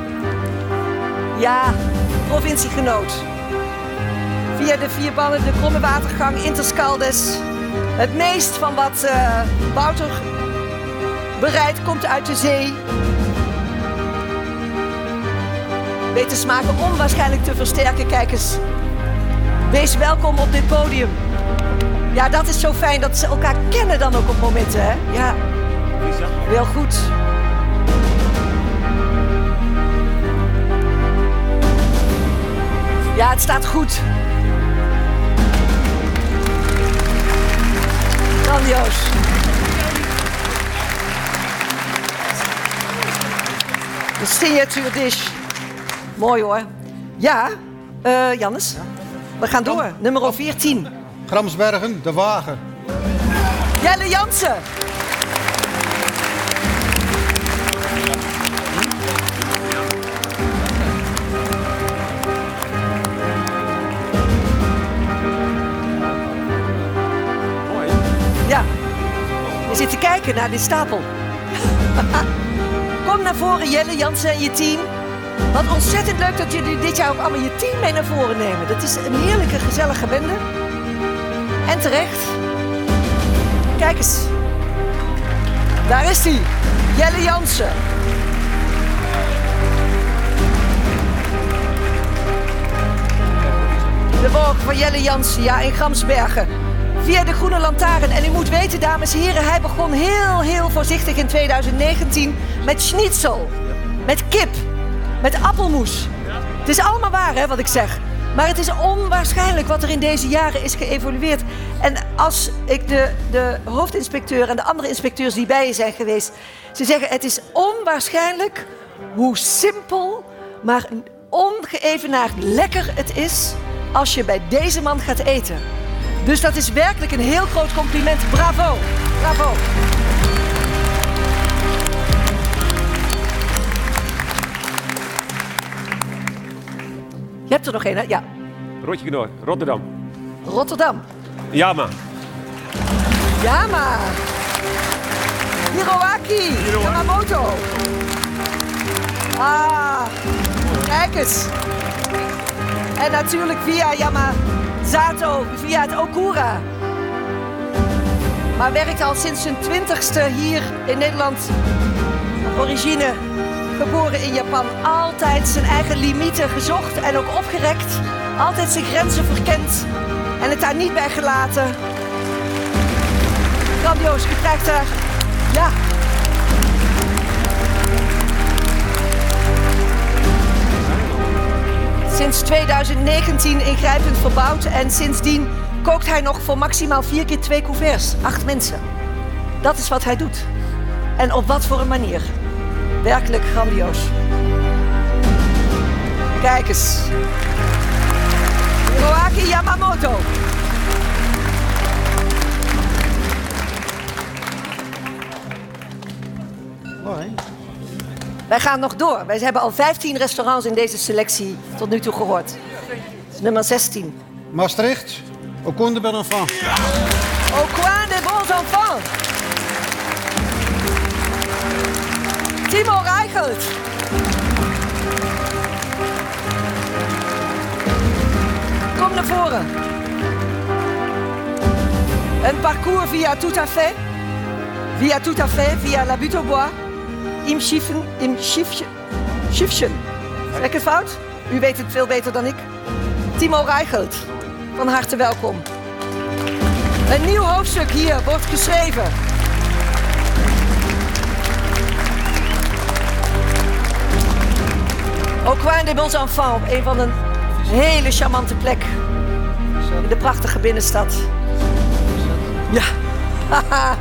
Ja, provinciegenoot. Via de 4 ballen, de Kromme Watergang, Interscaldes. Het meest van wat Wouter bereidt komt uit de zee. Weet de smaken onwaarschijnlijk te versterken, kijk eens. Wees welkom op dit podium. Ja, dat is zo fijn dat ze elkaar kennen dan ook op momenten, hè? Ja, heel goed. Ja, het staat goed. Grandioos. De signature dish. Mooi hoor. Ja, Jannes. We gaan door. Nummer 14. Gramsbergen, De Wagen. Jelle Jansen. Ja, je zit te kijken naar die stapel. Kom naar voren, Jelle Jansen en je team. Wat ontzettend leuk dat jullie dit jaar ook allemaal je team mee naar voren nemen. Dat is een heerlijke, gezellige bende. En terecht. Kijk eens. Daar is hij. Jelle Jansen. De Vogue van Jelle Jansen, ja, in Gramsbergen. Via de Groene Lantaarn. En u moet weten, dames en heren, hij begon heel voorzichtig in 2019 met schnitzel. Met kip. Met appelmoes. Het is allemaal waar, hè, wat ik zeg. Maar het is onwaarschijnlijk wat er in deze jaren is geëvolueerd. En als ik de hoofdinspecteur en de andere inspecteurs die bij je zijn geweest... ze zeggen, het is onwaarschijnlijk hoe simpel, maar ongeëvenaard lekker het is... als je bij deze man gaat eten. Dus dat is werkelijk een heel groot compliment. Bravo. Bravo. Je hebt er nog één, hè? Ja. Rotje Knoor, Rotterdam. Rotterdam. Yama. Yama. Hiroaki. Yamamoto. Ah, kijk eens. En natuurlijk via Yamazato, via het Okura. Maar werkt al sinds zijn 20ste hier in Nederland. Origine. Geboren in Japan, altijd zijn eigen limieten gezocht en ook opgerekt. Altijd zijn grenzen verkend en het daar niet bij gelaten. Grandioos, u krijgt daar... Ja. Sinds 2019 ingrijpend verbouwd en sindsdien kookt hij nog voor maximaal 4 keer 2 couverts. 8 mensen. Dat is wat hij doet. En op wat voor een manier. Werkelijk grandioos. Kijk eens. Hiroaki Yamamoto. Mooi. Wij gaan nog door. Wij hebben al 15 restaurants in deze selectie tot nu toe gehoord. Dat is nummer 16. Maastricht, Au Coin des Bons Enfants. Au Coin des Bons Enfants. Timo Reichelt. Kom naar voren. Een parcours via Tout à Fait. Via Tout à Fait, via La Butte au Bois. Im Schiffje. Schiffchen. Zeg ik het fout? U weet het veel beter dan ik. Timo Reichelt, van harte welkom. Een nieuw hoofdstuk hier wordt geschreven. Au coin des Bons Enfants, een van een hele charmante plek in de prachtige binnenstad. Ja, haha.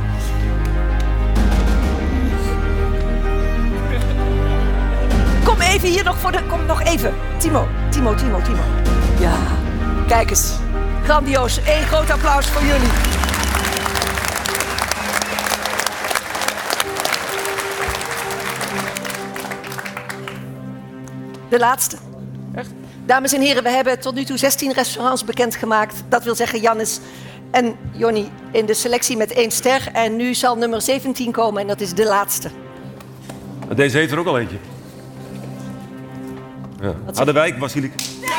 Kom even hier nog voor de... Kom nog even. Timo. Ja, kijk eens. Grandioos. Eén groot applaus voor jullie. De laatste. Echt? Dames en heren, we hebben tot nu toe 16 restaurants bekendgemaakt. Dat wil zeggen Jannes en Jonny in de selectie met 1 ster. En nu zal nummer 17 komen en dat is de laatste. Deze heeft er ook al eentje. Ja. Harderwijk, Basiliek.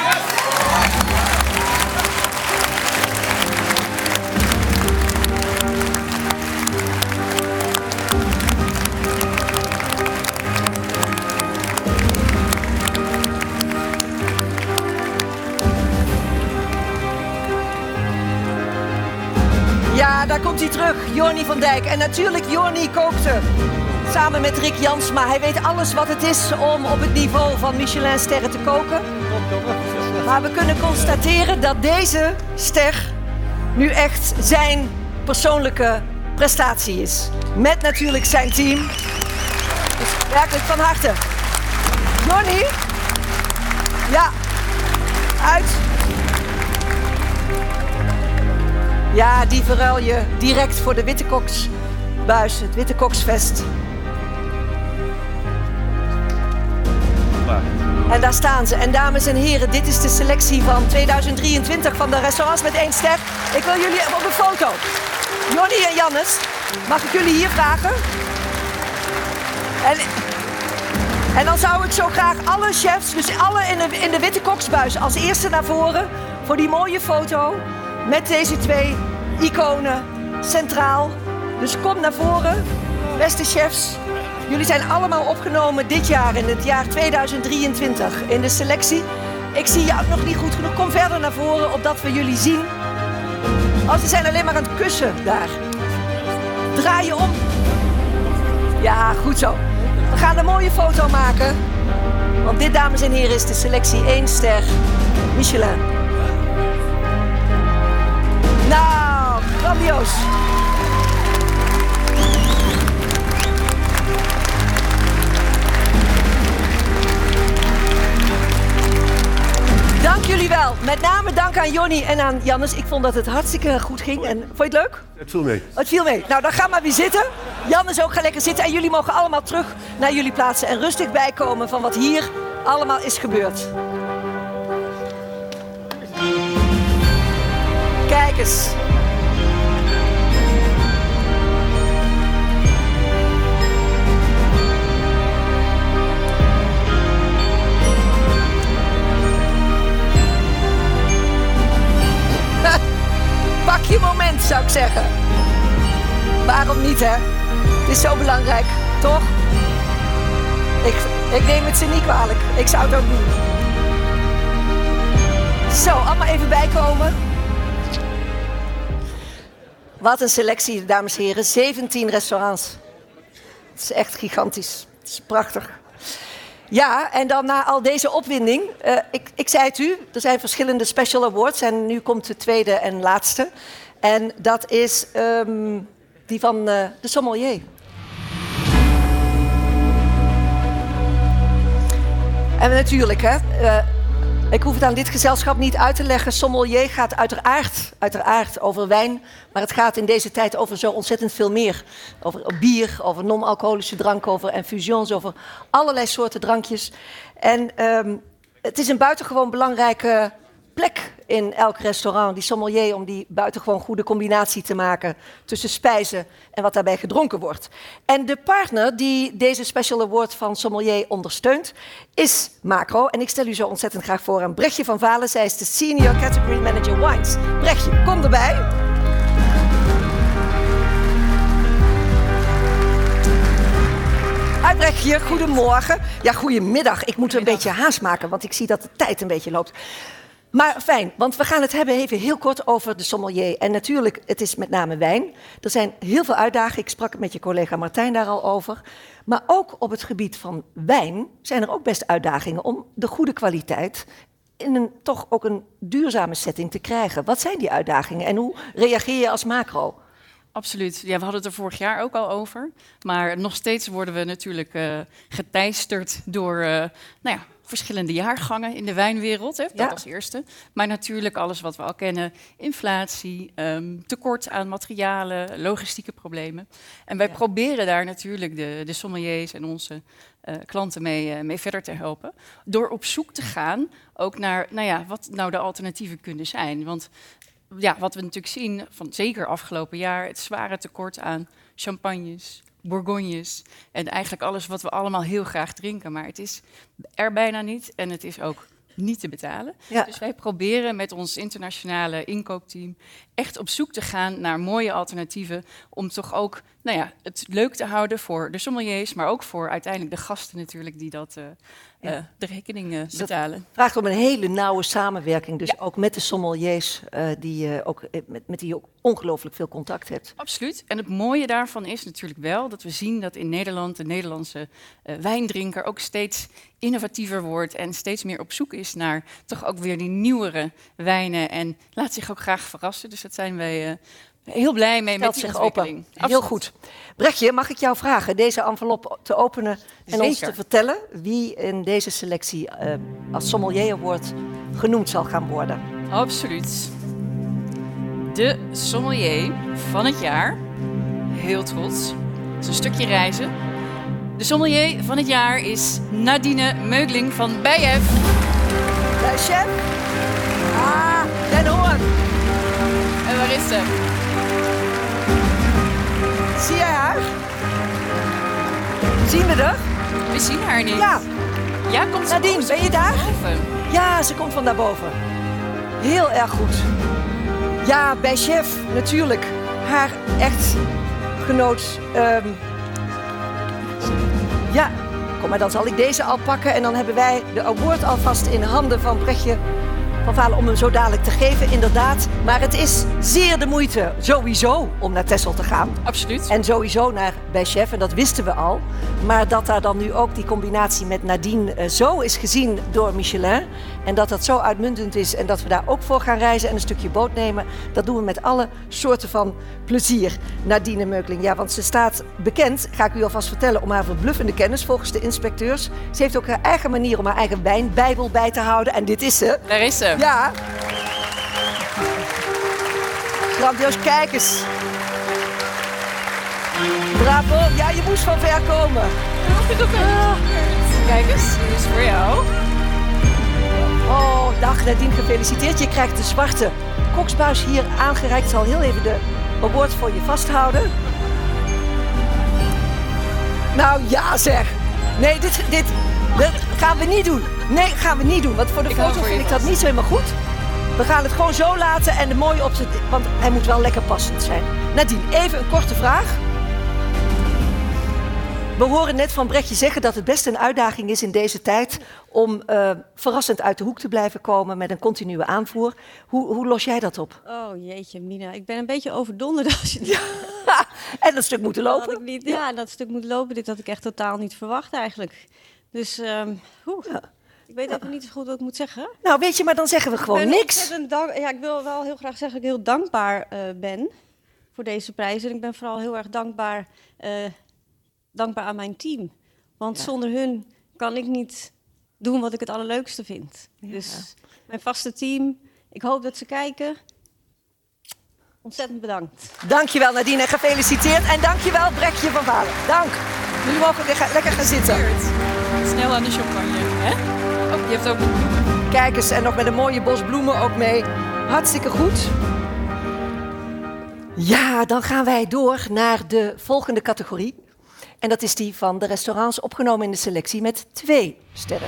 Ja, daar komt hij terug, Jorny van Dijk. En natuurlijk, Jorny kookte samen met Rick Jansma. Hij weet alles wat het is om op het niveau van Michelin-sterren te koken. Maar we kunnen constateren dat deze ster nu echt zijn persoonlijke prestatie is. Met natuurlijk zijn team. Dus werkelijk van harte. Jorny? Ja, uit. Ja, die verruil je direct voor de Witte Koksbuis, het Witte Koksfest. En daar staan ze. En dames en heren, dit is de selectie van 2023 van de restaurants met 1 ster. Ik wil jullie op een foto. Jonny en Jannes, mag ik jullie hier vragen? En dan zou ik zo graag alle chefs, dus alle in de Witte Koksbuis, als eerste naar voren voor die mooie foto met deze 2 iconen centraal. Dus kom naar voren, beste chefs. Jullie zijn allemaal opgenomen dit jaar, in het jaar 2023, in de selectie. Ik zie jou nog niet goed genoeg. Kom verder naar voren, opdat we jullie zien. Oh, ze zijn alleen maar aan het kussen daar. Draai je om. Ja, goed zo. We gaan een mooie foto maken. Want dit, dames en heren, is de selectie 1 ster Michelin. Nou, grandioos. Dank jullie wel. Met name dank aan Jonny en aan Jannes. Ik vond dat het hartstikke goed ging. En vond je het leuk? Het viel mee. Het viel mee. Nou, dan ga maar weer zitten. Jannes ook, ga lekker zitten. En jullie mogen allemaal terug naar jullie plaatsen en rustig bijkomen van wat hier allemaal is gebeurd. Kijk eens. Pak je moment, zou ik zeggen. Waarom niet, hè? Het is zo belangrijk, toch? Ik neem het ze niet kwalijk. Ik zou het ook doen. Zo, allemaal even bijkomen. Wat een selectie, dames en heren. 17 restaurants. Het is echt gigantisch. Het is prachtig. Ja, en dan na al deze opwinding, ik zei het u, er zijn verschillende special awards en nu komt de tweede en laatste. En dat is die van de sommelier. En natuurlijk, hè, ik hoef het aan dit gezelschap niet uit te leggen. Sommelier gaat uiteraard over wijn. Maar het gaat in deze tijd over zo ontzettend veel meer. Over bier, over non-alcoholische drank, over infusions, over allerlei soorten drankjes. En het is een buitengewoon belangrijke plek in elk restaurant, die sommelier, om die buitengewoon goede combinatie te maken tussen spijzen en wat daarbij gedronken wordt. En de partner die deze special award van sommelier ondersteunt is Macro. En ik stel u zo ontzettend graag voor aan Brechtje van Valen. Zij is de Senior Category Manager Wines. Brechtje, kom erbij. Hi Brechtje, goedemorgen. Ja, goedemiddag. Ik moet een beetje haast maken, want ik zie dat de tijd een beetje loopt. Maar fijn, want we gaan het hebben even heel kort over de sommelier. En natuurlijk, het is met name wijn. Er zijn heel veel uitdagingen. Ik sprak met je collega Martijn daar al over. Maar ook op het gebied van wijn zijn er ook best uitdagingen om de goede kwaliteit in een toch ook een duurzame setting te krijgen. Wat zijn die uitdagingen en hoe reageer je als macro? Absoluut. Ja, we hadden het er vorig jaar ook al over. Maar nog steeds worden we natuurlijk geteisterd door verschillende jaargangen in de wijnwereld. Hè? Dat als eerste. Maar natuurlijk alles wat we al kennen. Inflatie, tekort aan materialen, logistieke problemen. En wij proberen daar natuurlijk de sommeliers en onze klanten mee verder te helpen. Door op zoek te gaan ook naar wat nou de alternatieven kunnen zijn. Want wat we natuurlijk zien, van zeker afgelopen jaar, het zware tekort aan champagnes, bourgognes en eigenlijk alles wat we allemaal heel graag drinken. Maar het is er bijna niet en het is ook niet te betalen. Ja. Dus wij proberen met ons internationale inkoopteam echt op zoek te gaan naar mooie alternatieven om toch ook het leuk te houden voor de sommeliers, maar ook voor uiteindelijk de gasten natuurlijk die dat de rekening betalen. Het vraagt om een hele nauwe samenwerking, dus ook met de sommeliers met die je ook ongelooflijk veel contact hebt. Absoluut. En het mooie daarvan is natuurlijk wel dat we zien dat in Nederland de Nederlandse wijndrinker ook steeds innovatiever wordt en steeds meer op zoek is naar toch ook weer die nieuwere wijnen en laat zich ook graag verrassen. Dus dat zijn wij heel blij mee met die ontwikkeling. Heel goed. Brechtje, mag ik jou vragen deze envelop te openen en ons te vertellen wie in deze selectie als sommelier award genoemd zal gaan worden? Absoluut. De sommelier van het jaar. Heel trots. Het is een stukje reizen. De sommelier van het jaar is Nadine Meugling van Bijef. Chef? Ah, Den Hoorn. En waar is ze? Zie jij haar? Zien we er? We zien haar niet. Ja, komt ze Nadine, ben je daar? Boven. Ja, ze komt van daarboven. Heel erg goed. Ja, bij Chef natuurlijk. Haar echtgenoot. Kom maar, dan zal ik deze al pakken. En dan hebben wij de award alvast in handen van Brechtje van Valen om hem zo dadelijk te geven, inderdaad. Maar het is zeer de moeite, sowieso, om naar Texel te gaan. Absoluut. En sowieso bij Chef, en dat wisten we al. Maar dat daar dan nu ook die combinatie met Nadine zo is gezien door Michelin. En dat dat zo uitmuntend is en dat we daar ook voor gaan reizen en een stukje boot nemen. Dat doen we met alle soorten van plezier. Nadine Meugling, ja, want ze staat bekend, ga ik u alvast vertellen, om haar verbluffende kennis volgens de inspecteurs. Ze heeft ook haar eigen manier om haar eigen wijnbijbel bij te houden. En dit is ze. Daar is ze. Ja. Grandioos, kijk eens. Bravo. Ja, je moest van ver komen. Kijk eens, dit is voor jou. Oh, dag Nadine, gefeliciteerd. Je krijgt de zwarte koksbuis hier aangereikt. Ik zal heel even de award voor je vasthouden. Nou ja zeg. Nee, dit gaan we niet doen. Nee, gaan we niet doen. Want voor de foto vind ik dat niet zo helemaal goed. We gaan het gewoon zo laten en de mooie opzet, want hij moet wel lekker passend zijn. Nadine, even een korte vraag. We horen net van Brechtje zeggen dat het best een uitdaging is in deze tijd om verrassend uit de hoek te blijven komen met een continue aanvoer. Hoe los jij dat op? Oh jeetje, Mina. Ik ben een beetje overdonderd als je... Ja, en dat stuk moeten lopen. Dat stuk moet lopen. Dit had ik echt totaal niet verwacht eigenlijk. Dus, ik weet even niet zo goed wat ik moet zeggen. Nou, weet je, maar dan zeggen we gewoon niks. Ik wil wel heel graag zeggen dat ik heel dankbaar ben voor deze prijs. En ik ben vooral heel erg dankbaar aan mijn team. Want zonder hun kan ik niet doen wat ik het allerleukste vind. Ja. Dus mijn vaste team, ik hoop dat ze kijken. Ontzettend bedankt. Dankjewel Nadine en gefeliciteerd. En dankjewel Brechtje van Valen. Dank. Jullie mogen lekker gaan zitten. Snel aan de champagne, hè? Oh, je hebt ook bloemen. Kijk eens, en nog met een mooie bos bloemen ook mee. Hartstikke goed. Ja, dan gaan wij door naar de volgende categorie. En dat is die van de restaurants opgenomen in de selectie met 2 sterren.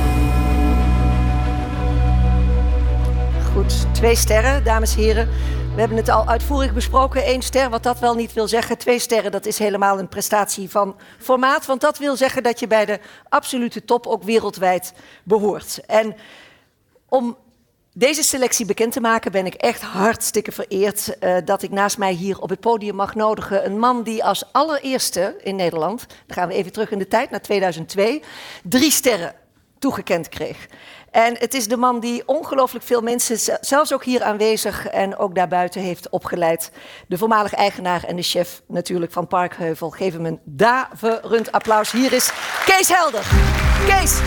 Goed, 2 sterren, dames en heren. We hebben het al uitvoerig besproken. 1 ster, wat dat wel niet wil zeggen. 2 sterren, dat is helemaal een prestatie van formaat. Want dat wil zeggen dat je bij de absolute top ook wereldwijd behoort. En om deze selectie bekend te maken ben ik echt hartstikke vereerd dat ik naast mij hier op het podium mag nodigen een man die als allereerste in Nederland, dan gaan we even terug in de tijd naar 2002, 3 sterren toegekend kreeg. En het is de man die ongelooflijk veel mensen, zelfs ook hier aanwezig en ook daarbuiten, heeft opgeleid. De voormalig eigenaar en de chef natuurlijk van Parkheuvel. Geef hem een daverend applaus. Hier is Kees Helder. Kees!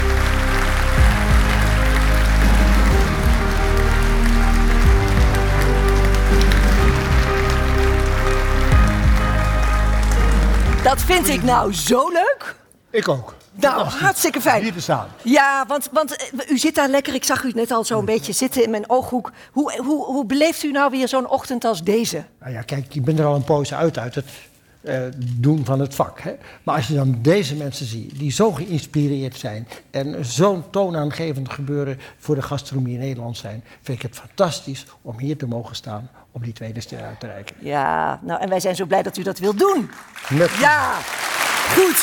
Dat vind ik nou zo leuk. Ik ook. Nou, hartstikke fijn. Hier te staan. Ja, want u zit daar lekker. Ik zag u net al zo'n beetje zitten in mijn ooghoek. Hoe beleeft u nou weer zo'n ochtend als deze? Nou ja, kijk, ik ben er al een poos uit het doen van het vak. Hè? Maar als je dan deze mensen ziet, die zo geïnspireerd zijn en zo'n toonaangevend gebeuren voor de gastronomie in Nederland zijn, vind ik het fantastisch om hier te mogen staan om die 2e ster uit te reiken. Ja, nou, en wij zijn zo blij dat u dat wilt doen. Ja, goed.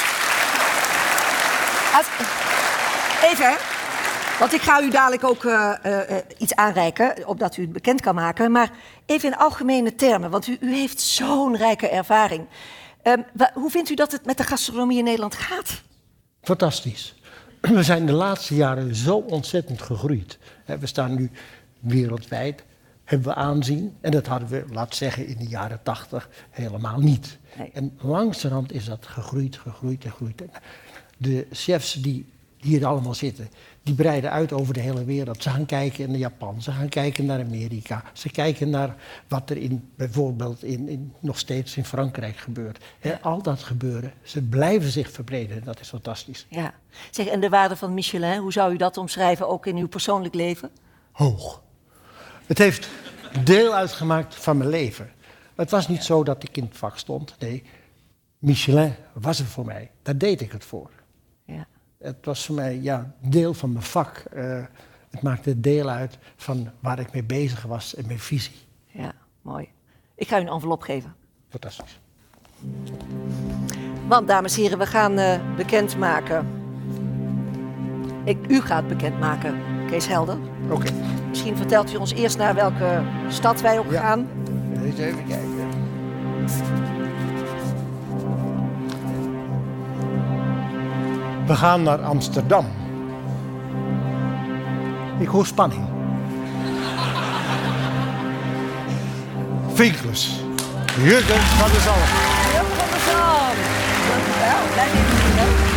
Even, hè. Want ik ga u dadelijk ook iets aanreiken, opdat u het bekend kan maken. Maar even in algemene termen, want u heeft zo'n rijke ervaring. Hoe vindt u dat het met de gastronomie in Nederland gaat? Fantastisch. We zijn de laatste jaren zo ontzettend gegroeid. We staan nu wereldwijd, hebben we aanzien. En dat hadden we, laat zeggen, in de jaren 80 helemaal niet. Nee. En langzamerhand is dat gegroeid. De chefs die hier allemaal zitten, die breiden uit over de hele wereld. Ze gaan kijken naar Japan, ze gaan kijken naar Amerika. Ze kijken naar wat er bijvoorbeeld nog steeds in Frankrijk gebeurt. Ja. Al dat gebeuren, ze blijven zich verbreden. Dat is fantastisch. Ja. Zeg, en de waarde van Michelin, hoe zou u dat omschrijven, ook in uw persoonlijk leven? Hoog. Het heeft deel uitgemaakt van mijn leven. Het was niet zo dat ik in het vak stond. Nee, Michelin was er voor mij. Daar deed ik het voor. Ja. Het was voor mij deel van mijn vak. Het maakte deel uit van waar ik mee bezig was en mijn visie. Ja, mooi. Ik ga u een envelop geven. Fantastisch. Want, dames en heren, we gaan bekendmaken. U gaat bekendmaken, Kees Helder. Oké. Misschien vertelt u ons eerst naar welke stad wij ook gaan. Eens even kijken. We gaan naar Amsterdam. Ik hoor spanning. Vinklus. Jurgen van der Zalm. Jurgen van der Zalm. Dankjewel. Blijf even zitten.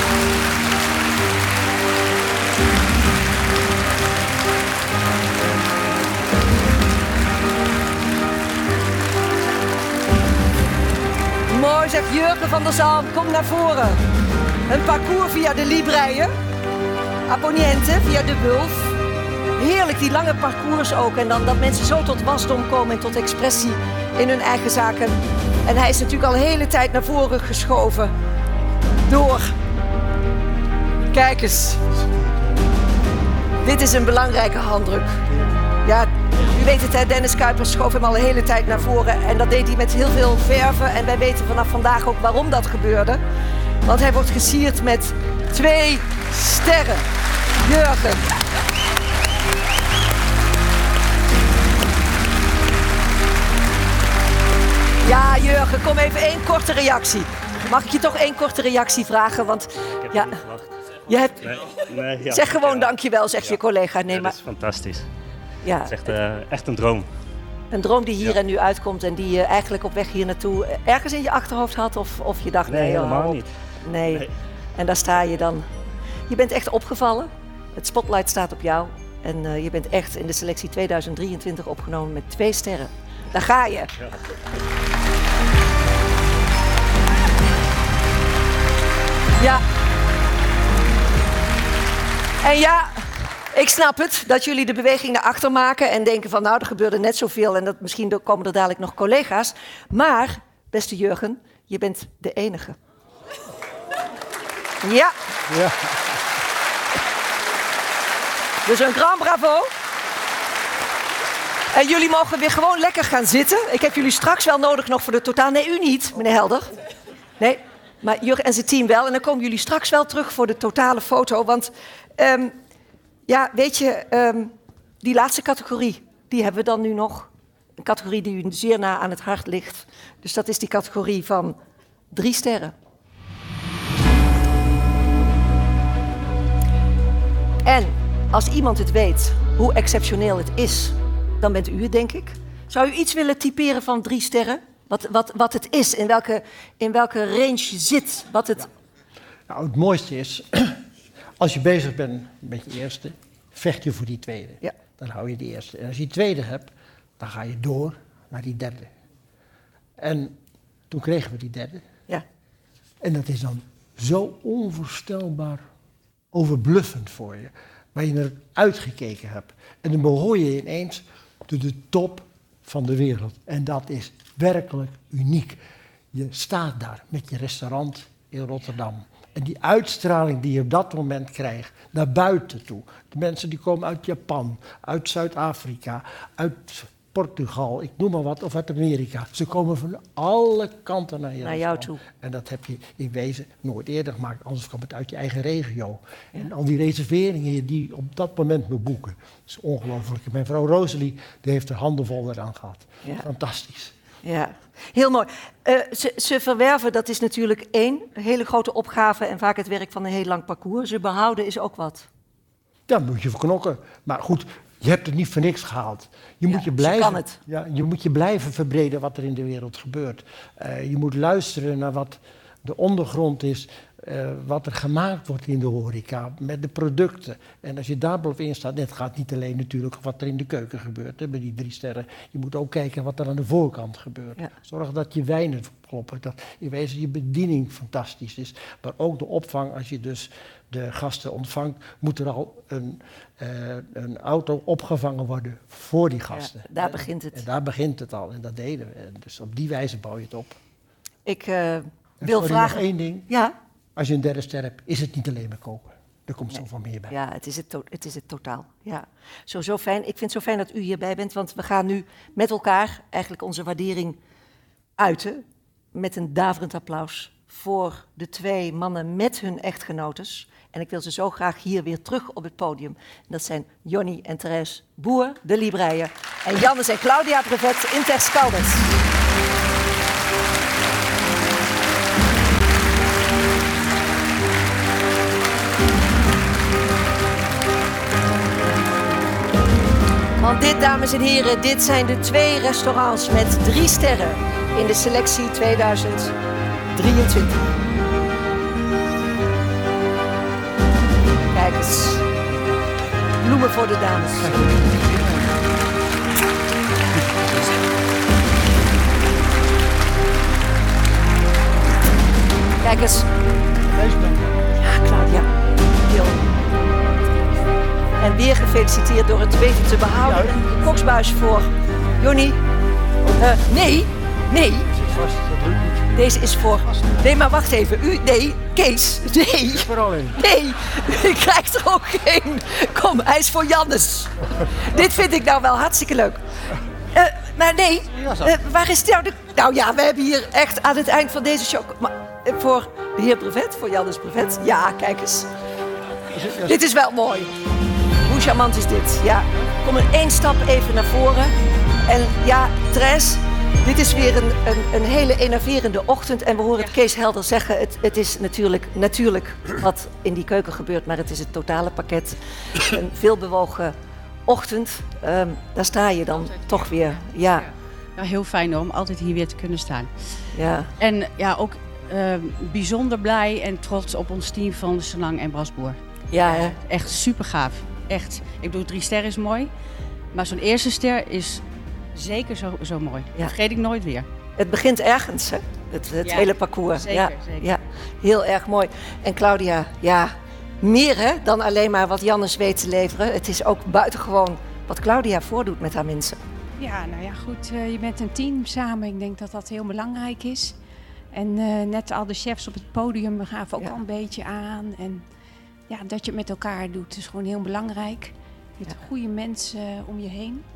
Mooi, zegt Jurgen van der Zalm. Kom naar voren. Een parcours via de Libreien. Apponiente via de Wulf. Heerlijk, die lange parcours ook. En dan dat mensen zo tot wasdom komen en tot expressie in hun eigen zaken. En hij is natuurlijk al de hele tijd naar voren geschoven. Door. Kijk eens. Dit is een belangrijke handdruk. Ja, u weet het, hè, Dennis Kuipers schoof hem al de hele tijd naar voren. En dat deed hij met heel veel verven. En wij weten vanaf vandaag ook waarom dat gebeurde. Want hij wordt gesierd met 2 sterren. Jurgen. Ja, Jurgen, kom even 1 korte reactie. Mag ik je toch 1 korte reactie vragen? Want ik heb niet verwacht. Je hebt... Nee, zeg gewoon dankjewel, zegt je collega. Nee, dat is fantastisch. Ja. Het is echt een droom. Een droom die hier en nu uitkomt en die je eigenlijk op weg hier naartoe ergens in je achterhoofd had? Of je dacht, nee helemaal niet. Nee. En daar sta je dan. Je bent echt opgevallen. Het spotlight staat op jou. En je bent echt in de selectie 2023 opgenomen met 2 sterren. Daar ga je. Ja. Ja. En ja, ik snap het, dat jullie de beweging naar achter maken en denken van nou, er gebeurde net zoveel en misschien komen er dadelijk nog collega's. Maar, beste Jurgen, je bent de enige. Ja. Ja. Dus een grand bravo. En jullie mogen weer gewoon lekker gaan zitten. Ik heb jullie straks wel nodig nog voor de totaal... Nee, u niet, meneer Helder. Nee, maar Jurgen en zijn team wel. En dan komen jullie straks wel terug voor de totale foto. Want, weet je, die laatste categorie... die hebben we dan nu nog. Een categorie die u zeer na aan het hart ligt. Dus dat is die categorie van 3 sterren. En als iemand het weet hoe exceptioneel het is, dan bent u het, denk ik. Zou u iets willen typeren van 3 sterren? Wat het is, in welke range je zit? Wat het... Nou, het mooiste is, als je bezig bent met je eerste, vecht je voor die tweede. Ja. Dan hou je die eerste. En als je die tweede hebt, dan ga je door naar die derde. En toen kregen we die derde. Ja. En dat is dan zo onvoorstelbaar overbluffend voor je. Waar je naar uitgekeken hebt. En dan behoor je ineens tot de top van de wereld. En dat is werkelijk uniek. Je staat daar met je restaurant in Rotterdam. En die uitstraling die je op dat moment krijgt, naar buiten toe. De mensen die komen uit Japan, uit Zuid-Afrika, uit Portugal, ik noem maar wat, of uit Amerika. Ze komen van alle kanten naar jou toe. En dat heb je in wezen nooit eerder gemaakt, anders kwam het uit je eigen regio. Ja. En al die reserveringen die je op dat moment moet boeken, dat is ongelooflijk. Mijn vrouw Rosalie, die heeft er handen vol eraan gehad. Ja. Fantastisch. Ja, heel mooi. Ze verwerven, dat is natuurlijk één hele grote opgave en vaak het werk van een heel lang parcours. Ze behouden is ook wat. Daar moet je voor knokken. Maar goed, je hebt het niet voor niks gehaald. Je moet je blijven, kan het. Ja, je moet je blijven verbreden wat er in de wereld gebeurt. Je moet luisteren naar wat de ondergrond is, wat er gemaakt wordt in de horeca, met de producten. En als je daar bovenin staat, het gaat niet alleen natuurlijk wat er in de keuken gebeurt, hè, bij die 3 sterren. Je moet ook kijken wat er aan de voorkant gebeurt. Ja. Zorg dat je wijnen kloppen, dat in wezen je bediening fantastisch is. Maar ook de opvang, als je dus de gasten ontvangt, moet er al een auto opgevangen worden voor die gasten. Ja, daar begint het. En daar begint het al en dat deden we. En dus op die wijze bouw je het op. Ik wil vragen... nog één ding. Ja? Als je een 3 ster hebt, is het niet alleen maar koken. Er komt zoveel meer bij. Ja, het is het totaal. Ja. Zo fijn. Ik vind het zo fijn dat u hierbij bent, want we gaan nu met elkaar eigenlijk onze waardering uiten met een daverend applaus voor de 2 mannen met hun echtgenotes. En ik wil ze zo graag hier weer terug op het podium. En dat zijn Jonny en Therese Boer, de Libreien, en Jannes en Claudia Brevet in Terscaldes. Want dit, dames en heren, dit zijn de 2 restaurants met 3 sterren in de selectie 2023. Kijk eens. Bloemen voor de dames. Kijk eens. Ja, Claudia. Heel. En weer gefeliciteerd door het weten te behouden. Een koksbuis voor Jonny. Nee. Deze is voor... Nee, maar wacht even. Kees. Nee. Nee, ik krijg er ook geen. Kom, hij is voor Jannes. Dit vind ik nou wel hartstikke leuk. Maar nee, waar is nou de... Nou ja, we hebben hier echt aan het eind van deze show... Maar, voor de heer Brevet, voor Jannes Brevet. Ja, kijk eens. Dit is wel mooi. Hoe charmant is dit? Ja, kom in 1 stap even naar voren. En ja, Therese, dit is weer een hele enerverende ochtend. En we horen het Kees Helder zeggen. Het is natuurlijk wat in die keuken gebeurt. Maar het is het totale pakket. Een veelbewogen ochtend. Daar sta je dan toch weer. Ja. Ja, heel fijn om altijd hier weer te kunnen staan. Ja. En ja, ook bijzonder blij en trots op ons team van Senang en Brasboer. Ja, hè? Echt super gaaf. Echt. Ik bedoel, 3 sterren is mooi. Maar zo'n eerste ster is zeker zo mooi. Ja. Dat vergeet ik nooit weer. Het begint ergens, hè? Het hele parcours. Zeker. Ja, heel erg mooi. En Claudia, ja, meer hè, dan alleen maar wat Jannes weet te leveren. Het is ook buitengewoon wat Claudia voordoet met haar mensen. Ja, nou ja, goed. Je bent een team samen. Ik denk dat dat heel belangrijk is. En net al de chefs op het podium, we gaven ook al een beetje aan. En ja, dat je het met elkaar doet is gewoon heel belangrijk. Je hebt goede mensen om je heen.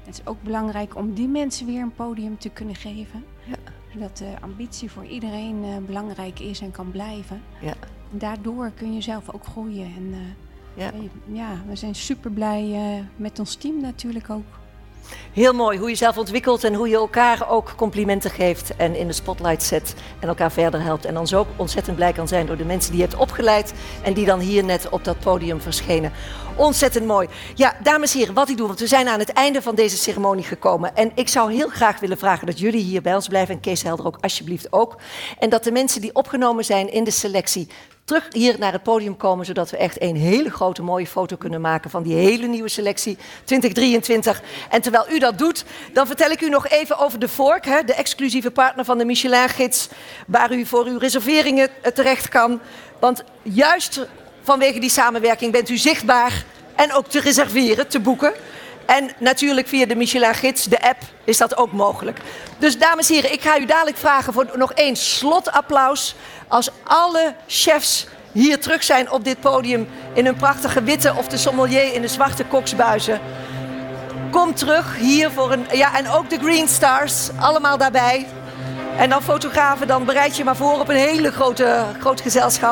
Het is ook belangrijk om die mensen weer een podium te kunnen geven. Ja. Zodat de ambitie voor iedereen belangrijk is en kan blijven. Ja. Daardoor kun je zelf ook groeien. En we zijn super blij met ons team natuurlijk ook. Heel mooi hoe je zelf ontwikkelt en hoe je elkaar ook complimenten geeft en in de spotlight zet en elkaar verder helpt. En dan zo ontzettend blij kan zijn door de mensen die je hebt opgeleid en die dan hier net op dat podium verschenen. Ontzettend mooi. Ja, dames en heren, wat ik doe, want we zijn aan het einde van deze ceremonie gekomen. En ik zou heel graag willen vragen dat jullie hier bij ons blijven en Kees Helder ook alsjeblieft ook. En dat de mensen die opgenomen zijn in de selectie terug hier naar het podium komen, zodat we echt een hele grote mooie foto kunnen maken van die hele nieuwe selectie 2023. En terwijl u dat doet, dan vertel ik u nog even over de Vork, de exclusieve partner van de Michelin-gids, waar u voor uw reserveringen terecht kan. Want juist vanwege die samenwerking bent u zichtbaar en ook te reserveren, te boeken. En natuurlijk via de Michelin-gids, de app, is dat ook mogelijk. Dus dames en heren, ik ga u dadelijk vragen voor nog één slotapplaus. Als alle chefs hier terug zijn op dit podium in hun prachtige witte of de sommelier in de zwarte koksbuizen. Kom terug hier voor een... Ja, en ook de Green Stars, allemaal daarbij. En dan fotografen, dan bereid je maar voor op een hele groot gezelschap.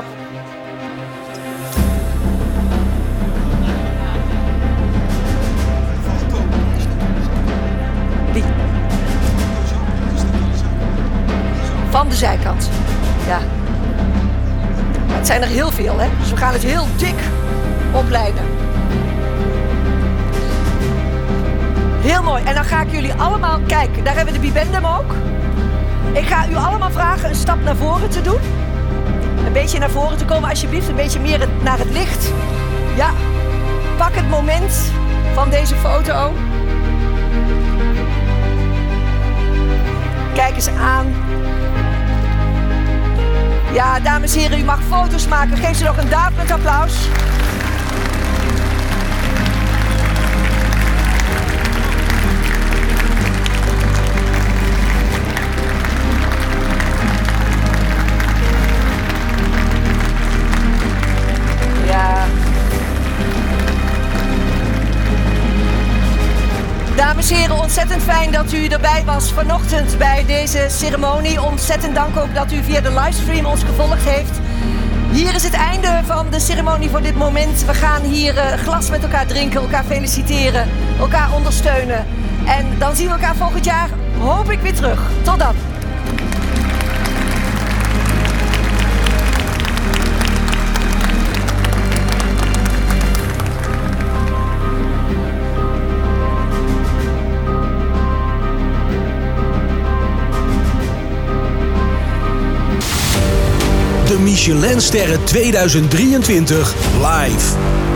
Van de zijkant. Ja. Het zijn er heel veel, hè? Dus we gaan het heel dik opleiden. Heel mooi. En dan ga ik jullie allemaal kijken. Daar hebben we de bibendum ook. Ik ga u allemaal vragen een stap naar voren te doen. Een beetje naar voren te komen, alsjeblieft. Een beetje meer naar het licht. Ja. Pak het moment van deze foto. Kijk eens aan. Ja, dames en heren, u mag foto's maken. Geef ze nog een daverend applaus. Ja. Dames en heren, ontzettend fijn dat u erbij was vanochtend bij deze ceremonie. Ontzettend dank ook dat u via de livestream ons gevolgd heeft. Hier is het einde van de ceremonie voor dit moment. We gaan hier glas met elkaar drinken, elkaar feliciteren, elkaar ondersteunen. En dan zien we elkaar volgend jaar, hoop ik, weer terug. Tot dan. De Michelinsterren 2023 live.